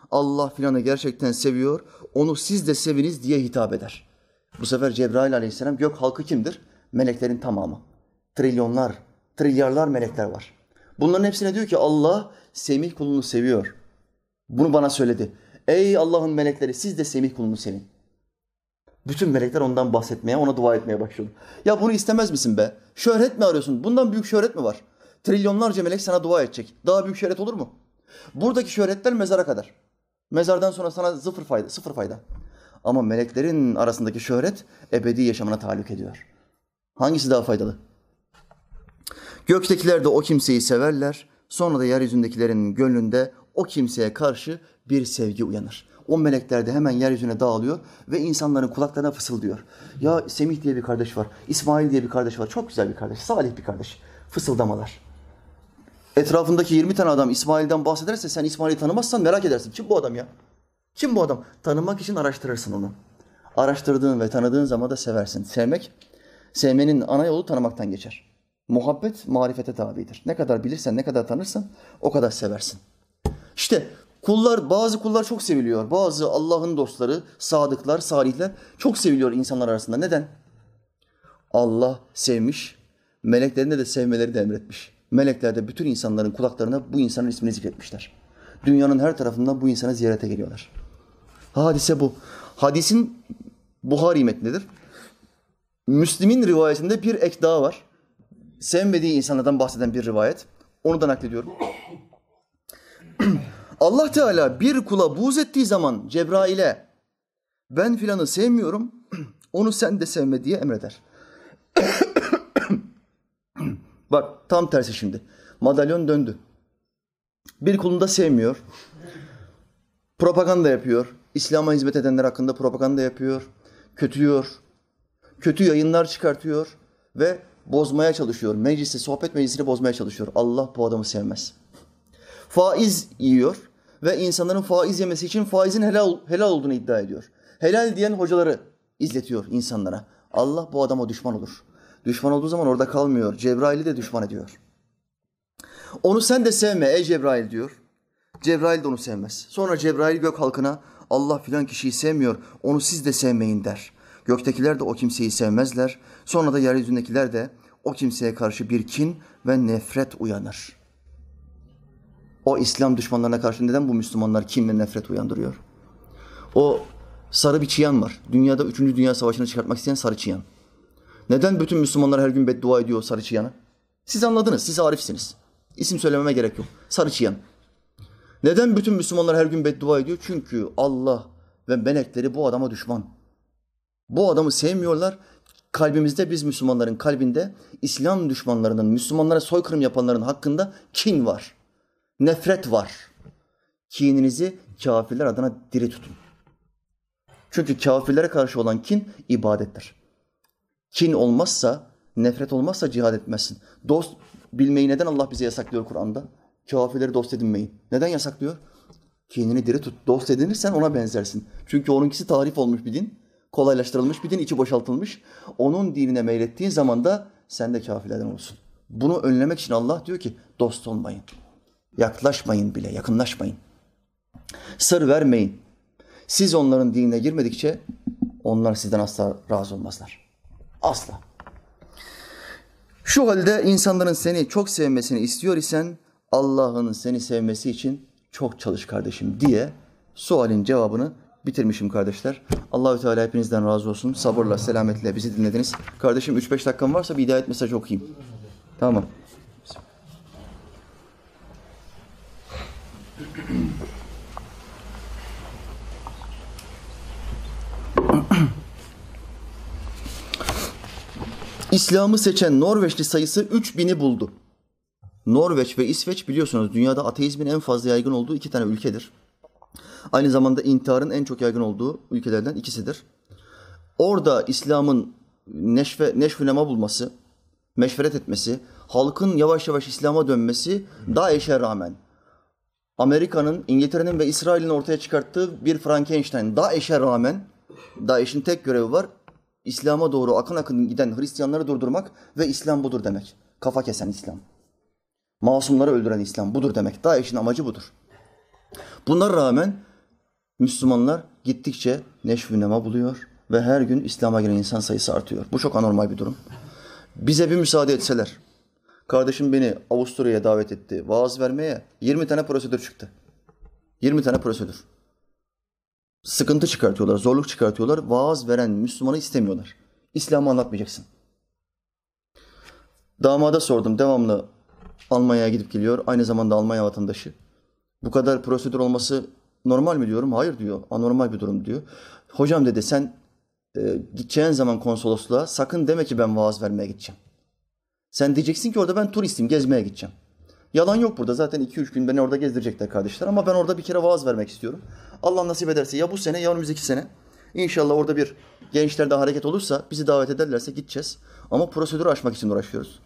Speaker 1: Allah filanı gerçekten seviyor, onu siz de seviniz diye hitap eder. Bu sefer Cebrail aleyhisselam, gök halkı kimdir? Meleklerin tamamı. Trilyonlar, trilyarlar melekler var. Bunların hepsine diyor ki Allah Semih kulunu seviyor. Bunu bana söyledi. Ey Allah'ın melekleri, siz de Semih kulunu sevin. Bütün melekler ondan bahsetmeye, ona dua etmeye başladı. Ya bunu istemez misin be? Şöhret mi arıyorsun? Bundan büyük şöhret mi var? Trilyonlarca melek sana dua edecek. Daha büyük şöhret olur mu? Buradaki şöhretler mezara kadar. Mezardan sonra sana sıfır fayda. Ama meleklerin arasındaki şöhret ebedi yaşamına tahallük ediyor. Hangisi daha faydalı? Göktekiler de o kimseyi severler. Sonra da yeryüzündekilerin gönlünde o kimseye karşı bir sevgi uyanır. O melekler de hemen yeryüzüne dağılıyor ve insanların kulaklarına fısıldıyor. Ya Semih diye bir kardeş var, İsmail diye bir kardeş var. Çok güzel bir kardeş, salih bir kardeş. Fısıldamalar. Etrafındaki 20 tane adam İsmail'den bahsederse sen İsmail'i tanımazsan merak edersin. Kim bu adam ya? Kim bu adam? Tanımak için araştırırsın onu. Araştırdığın ve tanıdığın zaman da seversin. Sevmenin ana yolu tanımaktan geçer. Muhabbet marifete tabidir. Ne kadar bilirsen, ne kadar tanırsan o kadar seversin. İşte bazı kullar çok seviliyor. Bazı Allah'ın dostları, sadıklar, salihler çok seviliyor insanlar arasında. Neden? Allah sevmiş, meleklerine de sevmeleri de emretmiş. Melekler de bütün insanların kulaklarına bu insanın ismini zikretmişler. Dünyanın her tarafından bu insana ziyarete geliyorlar. Hadise bu. Hadisin Buhari metnidir. Müslim'in rivayetinde bir ek daha var. Sevmediği insanlardan bahseden bir rivayet. Onu da naklediyorum. Allah Teala bir kula buğz ettiği zaman Cebrail'e ben filanı sevmiyorum, onu sen de sevme diye emreder. Bak tam tersi şimdi. Madalyon döndü. Bir kulunu da sevmiyor. Propaganda yapıyor. İslam'a hizmet edenler hakkında propaganda yapıyor. Kötü yayınlar çıkartıyor ve bozmaya çalışıyor. Sohbet meclisini bozmaya çalışıyor. Allah bu adamı sevmez. Faiz yiyor ve insanların faiz yemesi için faizin helal olduğunu iddia ediyor. Helal diyen hocaları izletiyor insanlara. Allah bu adama düşman olur. Düşman olduğu zaman orada kalmıyor. Cebrail'i de düşman ediyor. Onu sen de sevme ey Cebrail diyor. Cebrail de onu sevmez. Sonra Cebrail gök halkına Allah filan kişiyi sevmiyor, onu siz de sevmeyin der. Göktekiler de o kimseyi sevmezler. Sonra da yeryüzündekiler de o kimseye karşı bir kin ve nefret uyanır. O İslam düşmanlarına karşı neden bu Müslümanlar kin ve nefret uyandırıyor? O sarı bir çıyan var. Dünyada 3. Dünya Savaşı'nı çıkartmak isteyen sarı çıyan. Neden bütün Müslümanlar her gün beddua ediyor sarı çıyana? Siz anladınız, siz arifsiniz. İsim söylememe gerek yok. Sarı çıyan. Neden bütün Müslümanlar her gün beddua ediyor? Çünkü Allah ve melekleri bu adama düşman. Bu adamı sevmiyorlar. Kalbimizde, biz Müslümanların kalbinde İslam düşmanlarının, Müslümanlara soykırım yapanların hakkında kin var. Nefret var. Kininizi kafirler adına diri tutun. Çünkü kafirlere karşı olan kin ibadettir. Kin olmazsa, nefret olmazsa cihad etmezsin. Dost bilmeyi neden Allah bize yasaklıyor Kur'an'da? Kafirleri dost edinmeyin. Neden yasaklıyor? Kinini diri tut. Dost edinirsen ona benzersin. Çünkü onunkisi tarif olmuş bir din. Kolaylaştırılmış bir din, içi boşaltılmış. Onun dinine meylettiğin zaman da sen de kafirlerden olursun. Bunu önlemek için Allah diyor ki dost olmayın. Yaklaşmayın bile, yakınlaşmayın. Sır vermeyin. Siz onların dinine girmedikçe onlar sizden asla razı olmazlar. Asla. Şu halde insanların seni çok sevmesini istiyor isen Allah'ın seni sevmesi için çok çalış kardeşim diye sualin cevabını bitirmişim kardeşler. Allahü Teala hepinizden razı olsun. Sabırla, selametle bizi dinlediniz. Kardeşim 3-5 dakikam varsa bir hidayet mesajı okuyayım. Tamam. İslam'ı seçen Norveçli sayısı 3000'i buldu. Norveç ve İsveç biliyorsunuz dünyada ateizmin en fazla yaygın olduğu 2 tane ülkedir. Aynı zamanda intiharın en çok yaygın olduğu ülkelerden ikisidir. Orada İslam'ın neşvünema bulması, meşveret etmesi, halkın yavaş yavaş İslam'a dönmesi DAEŞ'e rağmen, Amerika'nın, İngiltere'nin ve İsrail'in ortaya çıkarttığı bir Frankenstein, DAEŞ'e rağmen, DAEŞ'in tek görevi var, İslam'a doğru akın akın giden Hristiyanları durdurmak ve İslam budur demek. Kafa kesen İslam. Masumları öldüren İslam budur demek. DAEŞ'in amacı budur. Buna rağmen Müslümanlar gittikçe neşv-i nema buluyor ve her gün İslam'a giren insan sayısı artıyor. Bu çok anormal bir durum. Bize bir müsaade etseler, kardeşim beni Avusturya'ya davet etti, vaaz vermeye 20 tane prosedür çıktı. 20 tane prosedür. Sıkıntı çıkartıyorlar, zorluk çıkartıyorlar. Vaaz veren Müslümanı istemiyorlar. İslam'ı anlatmayacaksın. Damada sordum, devamlı Almanya'ya gidip geliyor. Aynı zamanda Almanya vatandaşı. Bu kadar prosedür olması normal mi diyorum? Hayır diyor, anormal bir durum diyor. Hocam dedi sen gideceğin zaman konsolosluğa sakın deme ki ben vaaz vermeye gideceğim. Sen diyeceksin ki orada ben turistim, gezmeye gideceğim. Yalan yok burada. Zaten 2-3 gün beni orada gezdirecekler kardeşler. Ama ben orada bir kere vaaz vermek istiyorum. Allah nasip ederse ya bu sene ya önümüzdeki sene. İnşallah orada bir gençlerde hareket olursa, bizi davet ederlerse gideceğiz. Ama prosedürü aşmak için uğraşıyoruz.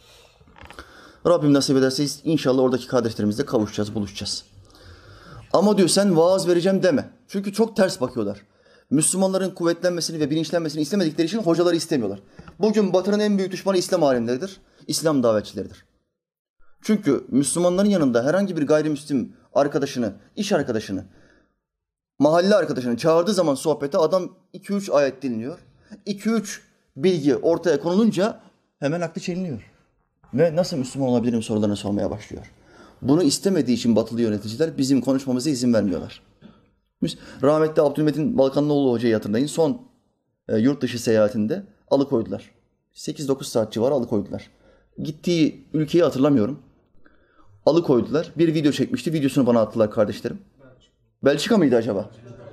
Speaker 1: Rabbim nasip ederse inşallah oradaki kardeşlerimizle kavuşacağız, buluşacağız. Ama diyor sen vaaz vereceğim deme. Çünkü çok ters bakıyorlar. Müslümanların kuvvetlenmesini ve bilinçlenmesini istemedikleri için hocaları istemiyorlar. Bugün Batı'nın en büyük düşmanı İslam alimleridir, İslam davetçileridir. Çünkü Müslümanların yanında herhangi bir gayrimüslim arkadaşını, iş arkadaşını, mahalle arkadaşını çağırdığı zaman sohbete adam 2-3 ayet dinliyor. 2-3 bilgi ortaya konulunca hemen aklı çeliniyor. Ve nasıl Müslüman olabilirim sorularını sormaya başlıyor. Bunu istemediği için batılı yöneticiler bizim konuşmamıza izin vermiyorlar. Rahmetli Abdülmetin Balkanlıoğlu hocayı hatırlayın. Son yurt dışı seyahatinde alıkoydular. 8-9 saat civarı alıkoydular. Gittiği ülkeyi hatırlamıyorum. Alıkoydular. Bir video çekmişti. Videosunu bana attılar kardeşlerim. Belçika mıydı acaba?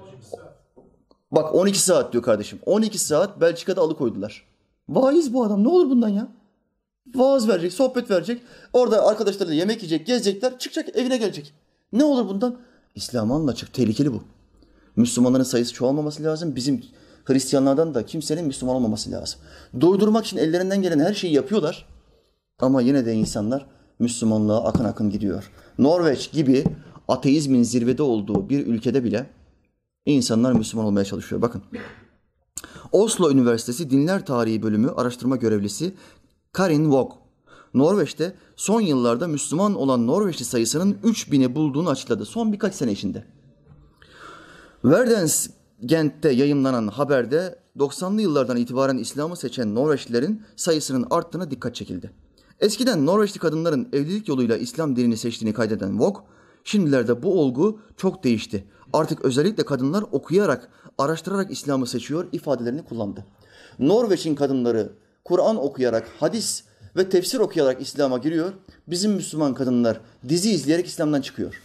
Speaker 1: Bak 12 saat diyor kardeşim. 12 saat Belçika'da alıkoydular. Vaiz bu adam. Ne olur bundan ya? Vaaz verecek, sohbet verecek. Orada arkadaşlarıyla yemek yiyecek, gezecekler. Çıkacak, evine gelecek. Ne olur bundan? İslam'ı anlatacak. Tehlikeli bu. Müslümanların sayısı çoğalmaması lazım. Bizim Hristiyanlardan da kimsenin Müslüman olmaması lazım. Doydurmak için ellerinden gelen her şeyi yapıyorlar. Ama yine de insanlar Müslümanlığa akın akın gidiyor. Norveç gibi ateizmin zirvede olduğu bir ülkede bile insanlar Müslüman olmaya çalışıyor. Bakın. Oslo Üniversitesi Dinler Tarihi Bölümü araştırma görevlisi Karin Våg, Norveç'te son yıllarda Müslüman olan Norveçli sayısının 3000'i bulduğunu açıkladı. Son birkaç sene içinde. Verdensgent'te yayımlanan haberde 90'lı yıllardan itibaren İslam'ı seçen Norveçlilerin sayısının arttığına dikkat çekildi. Eskiden Norveçli kadınların evlilik yoluyla İslam dinini seçtiğini kaydeden Våg, şimdilerde bu olgu çok değişti. Artık özellikle kadınlar okuyarak, araştırarak İslam'ı seçiyor ifadelerini kullandı. Norveç'in kadınları Kur'an okuyarak, hadis ve tefsir okuyarak İslam'a giriyor. Bizim Müslüman kadınlar dizi izleyerek İslam'dan çıkıyor.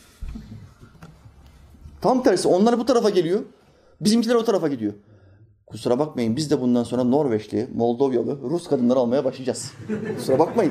Speaker 1: Tam tersi onlar bu tarafa geliyor. Bizimkiler o tarafa gidiyor. Kusura bakmayın biz de bundan sonra Norveçli, Moldovyalı, Rus kadınları almaya başlayacağız. Kusura bakmayın.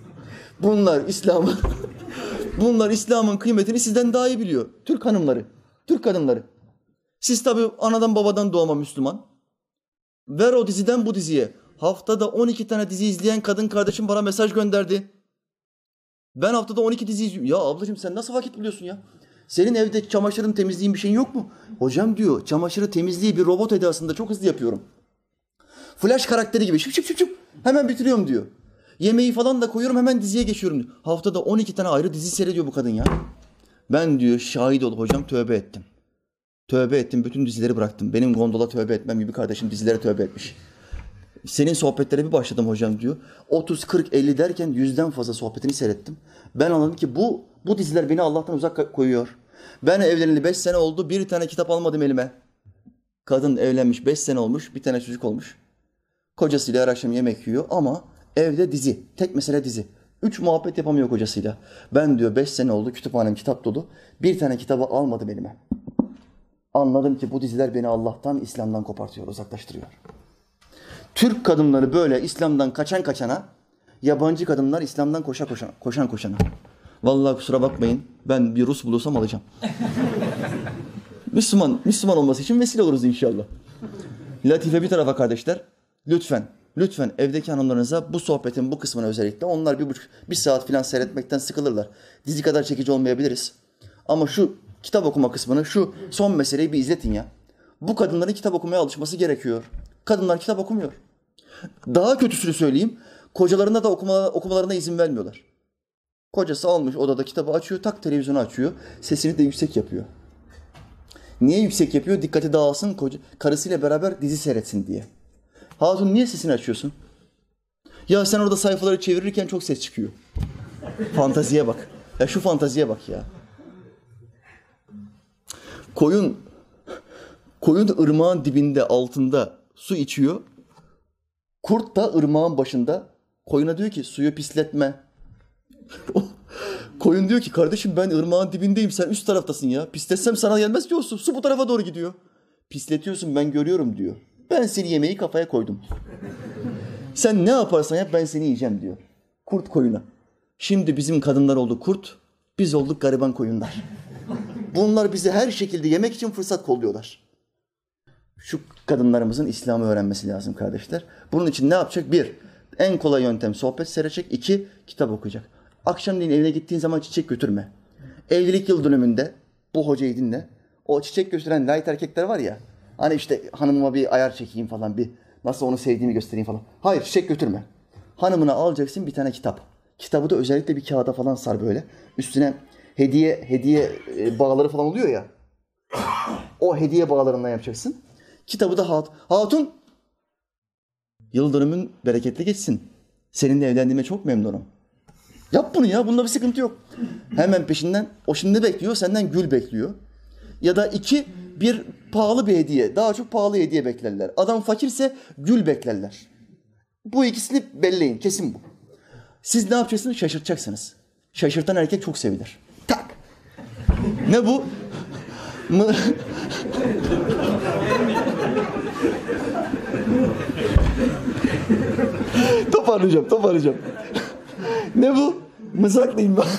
Speaker 1: Bunlar İslam'ın kıymetini sizden daha iyi biliyor. Türk hanımları, Türk kadınları. Siz tabii anadan babadan doğma Müslüman. Ver o diziden bu diziye. Haftada 12 tane dizi izleyen kadın kardeşim bana mesaj gönderdi. Ben haftada 12 dizi izliyorum. Ya ablacığım sen nasıl vakit buluyorsun ya? Senin evde çamaşırın temizliğin bir şeyin yok mu? Hocam diyor çamaşırı temizliği bir robot edasında çok hızlı yapıyorum. Flash karakteri gibi şıp şıp şıp şıp hemen bitiriyorum diyor. Yemeği falan da koyuyorum hemen diziye geçiyorum diyor. Haftada 12 tane ayrı dizi seyrediyor bu kadın ya. Ben diyor şahit ol hocam tövbe ettim. Tövbe ettim bütün dizileri bıraktım. Benim gondola tövbe etmem gibi kardeşim dizilere tövbe etmiş. Senin sohbetlere bir başladım hocam diyor. 30, 40, 50 derken 100'den fazla sohbetini seyrettim. Ben anladım ki bu diziler beni Allah'tan uzak koyuyor. Ben evleneli 5 sene oldu bir tane kitap almadım elime. Kadın evlenmiş 5 sene olmuş bir tane çocuk olmuş. Kocasıyla her akşam yemek yiyor ama evde dizi. Tek mesele dizi. 3 muhabbet yapamıyor kocasıyla. Ben diyor 5 sene oldu kütüphanem kitap dolu. Bir tane kitabı almadım elime. Anladım ki bu diziler beni Allah'tan, İslam'dan kopartıyor, uzaklaştırıyor. Türk kadınları böyle İslam'dan kaçana, yabancı kadınlar İslam'dan koşana. Vallahi kusura bakmayın, ben bir Rus bulursam alacağım. Müslüman olması için vesile oluruz inşallah. Latife bir tarafa kardeşler, lütfen evdeki hanımlarınıza bu sohbetin bu kısmını özellikle, onlar bir saat falan seyretmekten sıkılırlar. Dizi kadar çekici olmayabiliriz. Ama şu kitap okuma kısmını, şu son meseleyi bir izletin ya. Bu kadınların kitap okumaya alışması gerekiyor. Kadınlar kitap okumuyor. Daha kötüsünü söyleyeyim, kocalarına da okumalarına izin vermiyorlar. Kocası almış odada kitabı açıyor, tak televizyonu açıyor, sesini de yüksek yapıyor. Niye yüksek yapıyor? Dikkati dağılsın, karısıyla beraber dizi seyretsin diye. Hatun niye sesini açıyorsun? Ya sen orada sayfaları çevirirken çok ses çıkıyor. Fantaziye bak. Ya şu fantaziye bak ya. Koyun ırmağın dibinde, altında su içiyor. Kurt da ırmağın başında. Koyuna diyor ki suyu pisletme. Koyun diyor ki kardeşim ben ırmağın dibindeyim, sen üst taraftasın ya. Pisletsem sana gelmez ki o su. Su bu tarafa doğru gidiyor. Pisletiyorsun, ben görüyorum diyor. Ben seni yemeği kafaya koydum. Sen ne yaparsan yap ben seni yiyeceğim diyor. Kurt koyuna. Şimdi bizim kadınlar oldu kurt, biz olduk gariban koyunlar. Bunlar bizi her şekilde yemek için fırsat kolluyorlar. Şu kadınlarımızın İslam'ı öğrenmesi lazım kardeşler. Bunun için ne yapacak? Bir, en kolay yöntem sohbet seyredecek. İki, kitap okuyacak. Akşamleyin evine gittiğin zaman çiçek götürme. Evlilik yıl dönümünde bu hocayı dinle. O çiçek götüren light erkekler var ya. Hani işte hanımıma bir ayar çekeyim falan, bir nasıl onu sevdiğimi göstereyim falan. Hayır, çiçek götürme. Hanımına alacaksın bir tane kitap. Kitabı da özellikle bir kağıda falan sar böyle. Üstüne hediye bağları falan oluyor ya. O hediye bağlarından yapacaksın. Kitabı da hatun, yıl dönümün bereketli geçsin. Seninle evlendiğime çok memnunum. Yap bunu ya, bunda bir sıkıntı yok. Hemen peşinden, o şimdi ne bekliyor? Senden gül bekliyor. Ya da iki, bir pahalı bir hediye. Daha çok pahalı hediye beklerler. Adam fakirse gül beklerler. Bu ikisini belleyin, kesin bu. Siz ne yapacaksınız? Şaşırtacaksınız. Şaşırtan erkek çok sevilir. Tak! Ne bu? Toparlayacağım. Ne bu? Mızraklayayım ben.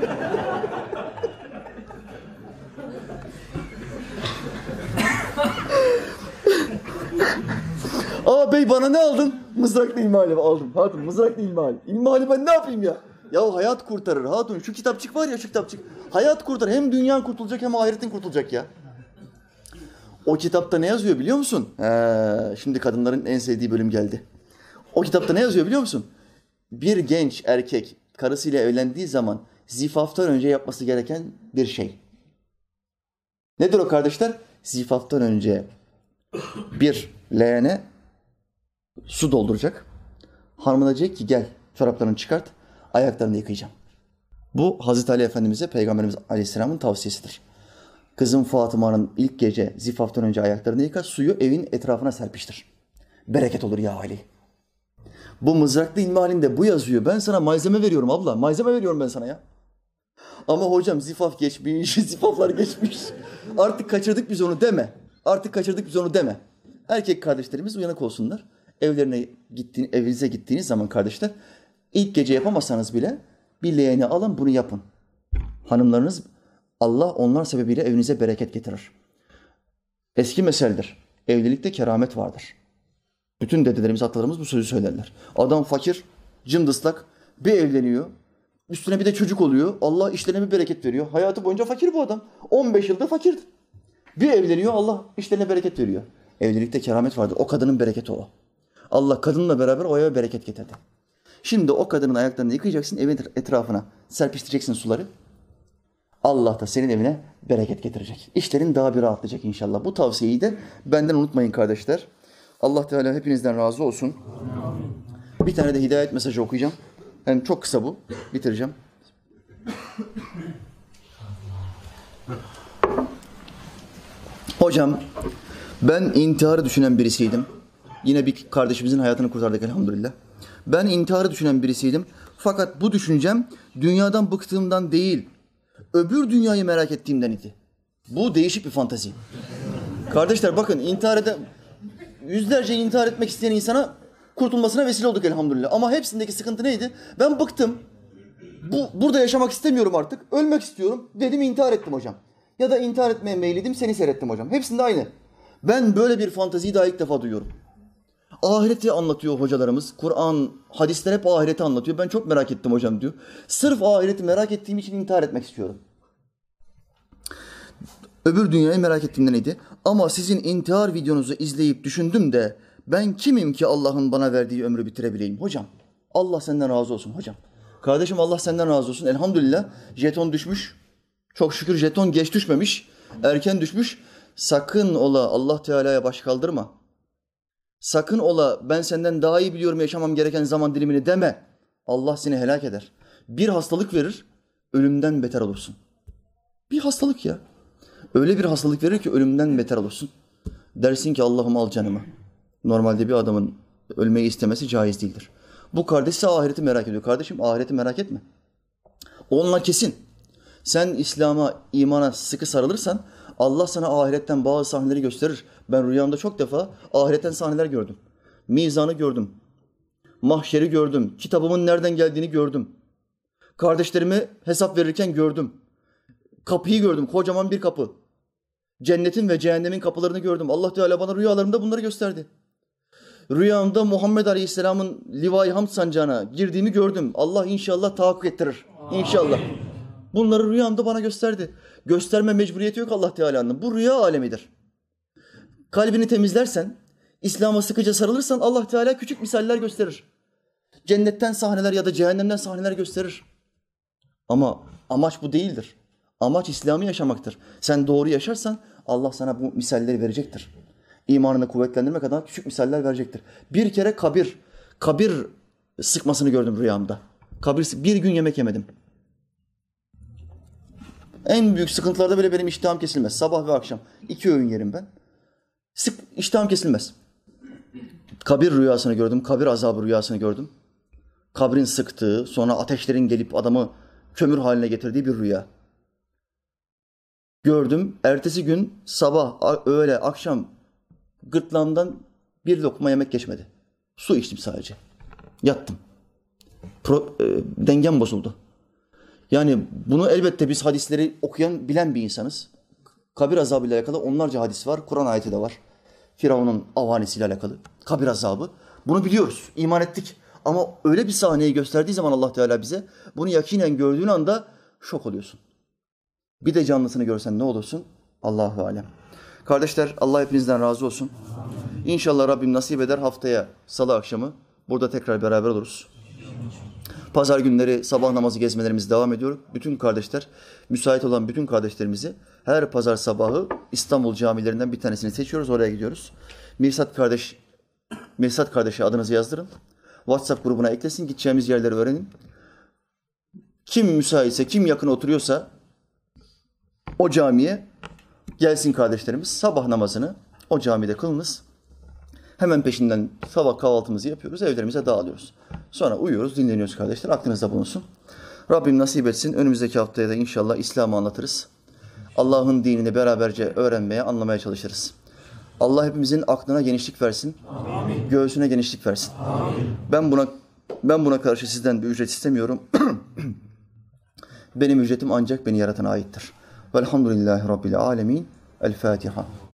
Speaker 1: Aa bey bana ne aldın? Mızraklı ilmihali aldım. Hatun mızraklı ilmihali. İlmihali ben ne yapayım ya? Ya hayat kurtarır hatun. Şu kitapçık var ya, şu kitapçık. Hayat kurtarır. Hem dünyan kurtulacak hem ahiretin kurtulacak ya. O kitapta ne yazıyor biliyor musun? Şimdi kadınların en sevdiği bölüm geldi. O kitapta ne yazıyor biliyor musun? Bir genç erkek karısıyla evlendiği zaman zifaftan önce yapması gereken bir şey. Nedir o kardeşler? Zifaftan önce bir leğene su dolduracak. Hanımına diyecek ki gel çoraplarını çıkart, ayaklarını yıkayacağım. Bu Hazreti Ali Efendimiz'e Peygamberimiz Aleyhisselam'ın tavsiyesidir. Kızım Fatıma'nın ilk gece zifaftan önce ayaklarını yıkar, suyu evin etrafına serpiştir. Bereket olur ya Ali. Bu mızraklı ilmihalinde bu yazıyor. Ben sana malzeme veriyorum abla. Malzeme veriyorum ben sana ya. Ama hocam zifaf geçmiş, zifaflar geçmiş. Artık kaçırdık biz onu deme. Erkek kardeşlerimiz uyanık olsunlar. Evinize gittiğiniz zaman kardeşler, ilk gece yapamazsanız bile bir leğeni alın, bunu yapın. Hanımlarınız, Allah onlar sebebiyle evinize bereket getirir. Eski meseldir. Evlilikte keramet vardır. Bütün dedelerimiz, atalarımız bu sözü söylerler. Adam fakir, cımdıslak, bir evleniyor. Üstüne bir de çocuk oluyor. Allah işlerine bir bereket veriyor. Hayatı boyunca fakir bu adam. 15 yıldır fakirdi. Bir evleniyor, Allah işlerine bereket veriyor. Evlilikte keramet vardır. O kadının bereketi o. Allah kadınla beraber o eve bereket getirdi. Şimdi o kadının ayaklarını yıkayacaksın, evin etrafına serpiştireceksin suları. Allah da senin evine bereket getirecek. İşlerin daha bir rahatlayacak inşallah. Bu tavsiyeyi de benden unutmayın kardeşler. Allah Teala hepinizden razı olsun. Bir tane de hidayet mesajı okuyacağım. Hem çok kısa bu. Bitireceğim. Hocam, ben intiharı düşünen birisiydim. Yine bir kardeşimizin hayatını kurtardık elhamdülillah. Ben intiharı düşünen birisiydim. Fakat bu düşüncem dünyadan bıktığımdan değil, öbür dünyayı merak ettiğimden idi. Bu değişik bir fantezi. Kardeşler bakın, yüzlerce intihar etmek isteyen insana kurtulmasına vesile olduk elhamdülillah. Ama hepsindeki sıkıntı neydi? Ben bıktım. Burada yaşamak istemiyorum artık. Ölmek istiyorum. Dedim intihar ettim hocam. Ya da intihar etmeye meyledim, seni seyrettim hocam. Hepsinde aynı. Ben böyle bir fanteziyi daha ilk defa duyuyorum. Ahireti anlatıyor hocalarımız. Kur'an, hadisler hep ahireti anlatıyor. Ben çok merak ettim hocam diyor. Sırf ahireti merak ettiğim için intihar etmek istiyorum. Öbür dünyayı merak ettiğimden neydi? Ama sizin intihar videonuzu izleyip düşündüm de ben kimim ki Allah'ın bana verdiği ömrü bitirebileyim hocam? Allah senden razı olsun hocam. Kardeşim Allah senden razı olsun. Elhamdülillah jeton düşmüş. Çok şükür jeton geç düşmemiş. Erken düşmüş. Sakın ola Allah Teala'ya baş kaldırma. Sakın ola ben senden daha iyi biliyorum yaşamam gereken zaman dilimini deme. Allah seni helak eder. Bir hastalık verir, ölümden beter olursun. Bir hastalık ya. Öyle bir hastalık verir ki ölümden beter olursun. Dersin ki Allah'ım al canımı. Normalde bir adamın ölmeyi istemesi caiz değildir. Bu kardeş ise ahireti merak ediyor. Kardeşim ahireti merak etme. Onunla kesin. Sen İslam'a, imana sıkı sarılırsan Allah sana ahiretten bazı sahneleri gösterir. Ben rüyamda çok defa ahiretten sahneler gördüm. Mizanı gördüm. Mahşeri gördüm. Kitabımın nereden geldiğini gördüm. Kardeşlerime hesap verirken gördüm. Kapıyı gördüm. Kocaman bir kapı. Cennetin ve cehennemin kapılarını gördüm. Allah Teala bana rüyalarımda bunları gösterdi. Rüyamda Muhammed Aleyhisselam'ın Liva-i Hamd sancağına girdiğimi gördüm. Allah inşallah tahakkuk ettirir. İnşallah. Bunları rüyamda bana gösterdi. Gösterme mecburiyeti yok Allah Teala'nın. Bu rüya alemidir. Kalbini temizlersen, İslam'a sıkıca sarılırsan Allah Teala küçük misaller gösterir. Cennetten sahneler ya da cehennemden sahneler gösterir. Ama amaç bu değildir. Amaç İslam'ı yaşamaktır. Sen doğru yaşarsan Allah sana bu misalleri verecektir. İmanını kuvvetlendirmek adına küçük misaller verecektir. Bir kere kabir sıkmasını gördüm rüyamda. Bir gün yemek yemedim. En büyük sıkıntılarda bile benim iştahım kesilmez. Sabah ve akşam 2 öğün yerim ben. İştahım kesilmez. Kabir rüyasını gördüm, kabir azabı rüyasını gördüm. Kabrin sıktığı, sonra ateşlerin gelip adamı kömür haline getirdiği bir rüya. Gördüm. Ertesi gün sabah, öğle, akşam gırtlağımdan bir lokma yemek geçmedi. Su içtim sadece. Yattım. Dengem bozuldu. Yani bunu elbette biz hadisleri okuyan, bilen bir insanız. Kabir azabıyla alakalı onlarca hadis var. Kur'an ayeti de var. Firavun'un avanesiyle alakalı. Kabir azabı. Bunu biliyoruz. İman ettik. Ama öyle bir sahneyi gösterdiği zaman Allah Teala bize bunu yakinen gördüğün anda şok oluyorsun. Bir de canlısını görsen ne olursun? Allahu alem. Kardeşler Allah hepinizden razı olsun. İnşallah Rabbim nasip eder haftaya salı akşamı burada tekrar beraber oluruz. Pazar günleri sabah namazı gezmelerimiz devam ediyor. Bütün kardeşler, müsait olan bütün kardeşlerimizi her pazar sabahı İstanbul camilerinden bir tanesini seçiyoruz. Oraya gidiyoruz. Mirsat kardeşe adınızı yazdırın. WhatsApp grubuna eklesin. Gideceğimiz yerleri öğrenin. Kim müsaitse, kim yakın oturuyorsa o camiye gelsin kardeşlerimiz. Sabah namazını o camide kılınız. Hemen peşinden sabah kahvaltımızı yapıyoruz. Evlerimize dağılıyoruz. Sonra uyuyoruz, dinleniyoruz kardeşler. Aklınızda bulunsun. Rabbim nasip etsin. Önümüzdeki haftaya da inşallah İslam'ı anlatırız. Allah'ın dinini beraberce öğrenmeye, anlamaya çalışırız. Allah hepimizin aklına genişlik versin. Amin. Göğsüne genişlik versin. Amin. Ben buna karşı sizden bir ücret istemiyorum. Benim ücretim ancak beni yaratana aittir. Velhamdülillahi Rabbil alemin. El Fatiha.